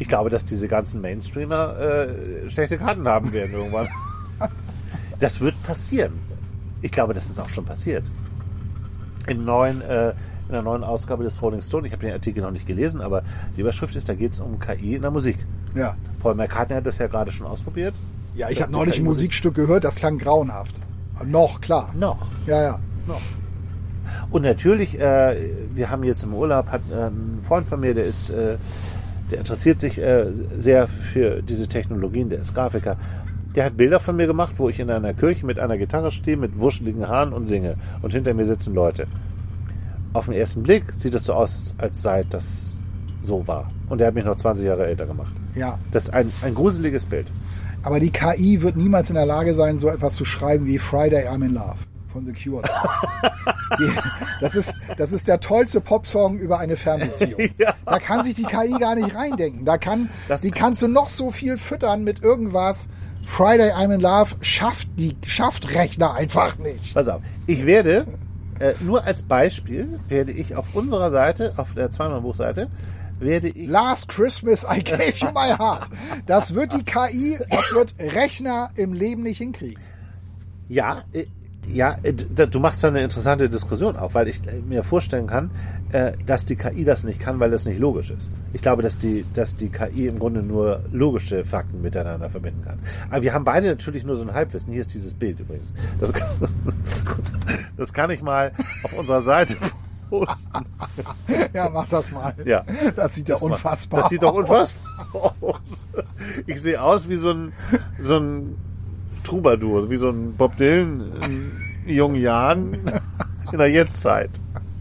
Ich glaube, dass diese ganzen Mainstreamer äh, schlechte Karten haben werden irgendwann. Das wird passieren. Ich glaube, das ist auch schon passiert. Im neuen, äh, in der neuen Ausgabe des Rolling Stone, ich habe den Artikel noch nicht gelesen, aber die Überschrift ist, da geht es um K I in der Musik. Ja. Paul McCartney hat das ja gerade schon ausprobiert. Ja, ich Das habe neulich ein Musikstück gehört, das klang grauenhaft. Noch, klar. Noch. Ja, ja, noch. Und natürlich, äh, wir haben jetzt im Urlaub, hat äh, ein Freund von mir, der ist, äh, der interessiert sich äh, sehr für diese Technologien, der ist Grafiker. Der hat Bilder von mir gemacht, wo ich in einer Kirche mit einer Gitarre stehe, mit wuscheligen Haaren und singe. Und hinter mir sitzen Leute. Auf den ersten Blick sieht es so aus, als sei das so war. Und der hat mich noch zwanzig Jahre älter gemacht. Ja. Das ist ein, ein gruseliges Bild. Aber die K I wird niemals in der Lage sein, so etwas zu schreiben wie Friday I'm in Love von The Cure. Die, das, ist, das ist der tollste Popsong über eine Fernbeziehung. Ja. Da kann sich die K I gar nicht reindenken. Da kann, Das- die kannst du noch so viel füttern mit irgendwas. Friday I'm in Love schafft die schafft Rechner einfach nicht. Pass auf, ich werde, äh, nur als Beispiel, werde ich auf unserer Seite, auf der Zweimal-Buchseite, werde ich... Last Christmas I gave you my heart. Das wird die K I, das wird Rechner im Leben nicht hinkriegen. Ja, äh, ja, äh, d- du machst da eine interessante Diskussion auf, weil ich äh, mir vorstellen kann, äh, dass die K I das nicht kann, weil das nicht logisch ist. Ich glaube, dass die, dass die K I im Grunde nur logische Fakten miteinander verbinden kann. Aber wir haben beide natürlich nur so ein Halbwissen. Hier ist dieses Bild übrigens. Das, das kann ich mal auf unserer Seite posten. Ja, mach das mal. Ja. Das sieht ja Das macht- unfassbar Das sieht doch aus. unfassbar aus. Ich sehe aus wie so ein, so ein Troubadour, wie so ein Bob Dylan in jungen Jahren in der Jetztzeit.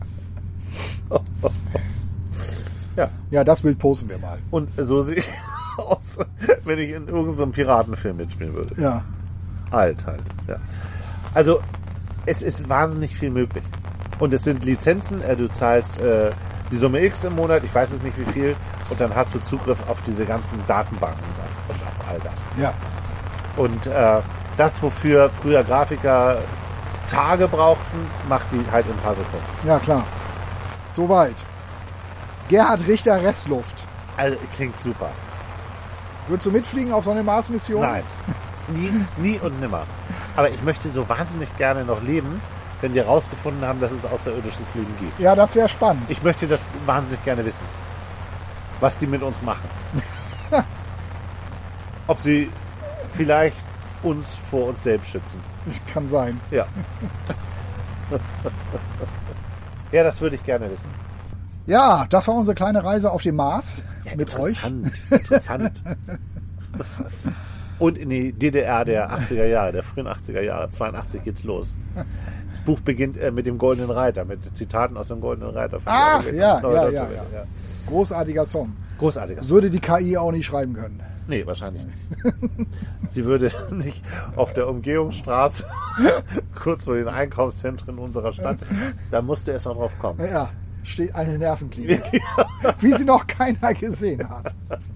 Ja, Ja, das Bild posten wir mal. und so sehe ich aus, wenn ich in irgendeinem Piratenfilm mitspielen würde. Ja. Alt halt, ja. Also, es ist wahnsinnig viel möglich. Und es sind Lizenzen, äh, du zahlst äh, die Summe X im Monat, ich weiß es nicht wie viel, und dann hast du Zugriff auf diese ganzen Datenbanken und auf all das. Ja. Und äh, das, wofür früher Grafiker Tage brauchten, macht die halt in ein paar Sekunden. Ja, klar. Soweit. Gerhard Richter, Restluft. Also, klingt super. Würdest du mitfliegen auf so eine Mars-Mission? Nein, nie, nie und nimmer. Aber ich möchte so wahnsinnig gerne noch leben, wenn wir rausgefunden haben, dass es außerirdisches Leben gibt. Ja, das wäre spannend. Ich möchte das wahnsinnig gerne wissen, was die mit uns machen. Ob sie vielleicht uns vor uns selbst schützen. Kann sein. Ja. Ja, das würde ich gerne wissen. Ja, das war unsere kleine Reise auf dem Mars mit euch. Interessant, interessant. Und in die D D R der achtziger Jahre, der frühen achtziger Jahre, zweiundachtzig geht's los. Das Buch beginnt äh, mit dem Goldenen Reiter, mit Zitaten aus dem Goldenen Reiter. Ach, ja, Neue ja, Deutsche ja, Welle, ja. Großartiger Song. Großartiger. Würde die K I auch nicht schreiben können. Nee, wahrscheinlich nicht. Sie würde nicht auf der Umgehungsstraße, kurz vor den Einkaufszentren unserer Stadt, da musste erst mal drauf kommen. Ja, steht eine Nervenklinik. Wie sie noch keiner gesehen hat.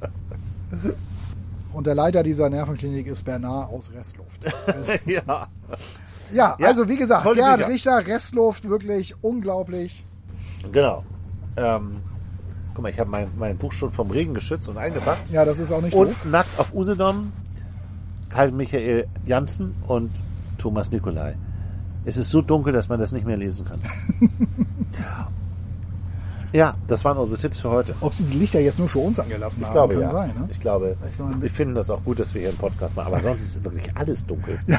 Und der Leiter dieser Nervenklinik ist Bernard aus Restluft. Ja. Ja, Ja, also wie gesagt, tolle Gerhard Bücher. Richter, Restluft, wirklich unglaublich. Genau. Ähm, guck mal, ich habe mein, mein Buch schon vom Regen geschützt und eingepackt. Ja, das ist auch nicht Und doof. nackt auf Usedom Karl Michael Janssen und Thomas Nicolai. Es ist so dunkel, dass man das nicht mehr lesen kann. Ja, das waren unsere Tipps für heute. Ob sie die Lichter jetzt nur für uns angelassen Ich haben, glaube, kann ja. sein. Ne? Ich glaube, Ich meine, sie finden das auch gut, dass wir hier einen Podcast machen. Aber sonst ist wirklich alles dunkel. Ja.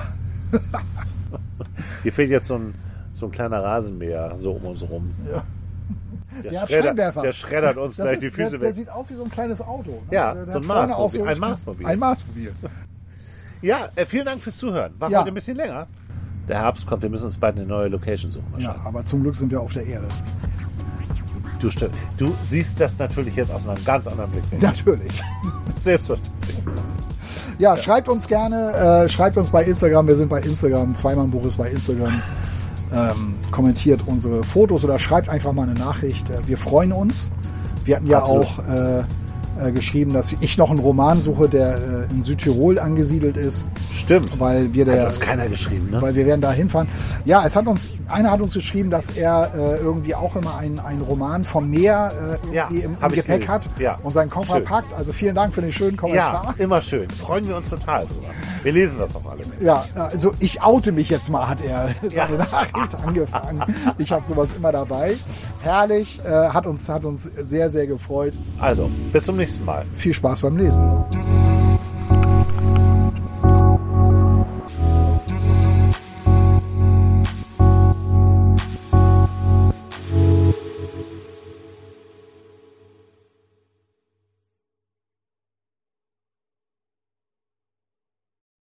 Hier fehlt jetzt so ein, so ein kleiner Rasenmäher so um uns rum. Ja. Der, Der hat schreddert, Scheinwerfer. der schreddert uns Das gleich ist, die Füße der, der weg. sieht aus wie so ein kleines Auto. Ne? Ja, der, der so ein hat vorne Marsmobil, auch ein Marsmobil. Ein Marsmobil. Ja, äh, vielen Dank fürs Zuhören. War Ja. heute ein bisschen länger. Der Herbst kommt, wir müssen uns bald eine neue Location suchen. Ja, wahrscheinlich. aber zum Glück sind wir auf der Erde. Du, sti- du siehst das natürlich jetzt aus einem ganz anderen Blickwinkel. Natürlich. Selbstverständlich. Ja, schreibt uns gerne, äh, schreibt uns bei Instagram, wir sind bei Instagram, Zweimann-Buch ist bei Instagram. Ähm, kommentiert unsere Fotos oder schreibt einfach mal eine Nachricht. Äh, Wir freuen uns. Wir hatten ja Absolut. auch äh, äh, geschrieben, dass ich noch einen Roman suche, der äh, in Südtirol angesiedelt ist. Stimmt. Weil wir der, hat das keiner geschrieben, ne? Weil wir werden da hinfahren. Ja, es hat uns, einer hat uns geschrieben, dass er äh, irgendwie auch immer einen, einen Roman vom Meer äh, Ja, irgendwie im, hab im ich Gepäck gelesen. hat Ja. und seinen Koffer Schön. packt. Also vielen Dank für den schönen Kommentar. Ja, immer schön. Freuen wir uns total drüber. Wir lesen das auch alles. Ja, also ich oute mich jetzt mal, hat er Ja. seine Nachricht angefangen. Ich habe sowas immer dabei. Herrlich, äh, hat uns, hat uns sehr, sehr gefreut. Also, bis zum nächsten Mal. Viel Spaß beim Lesen.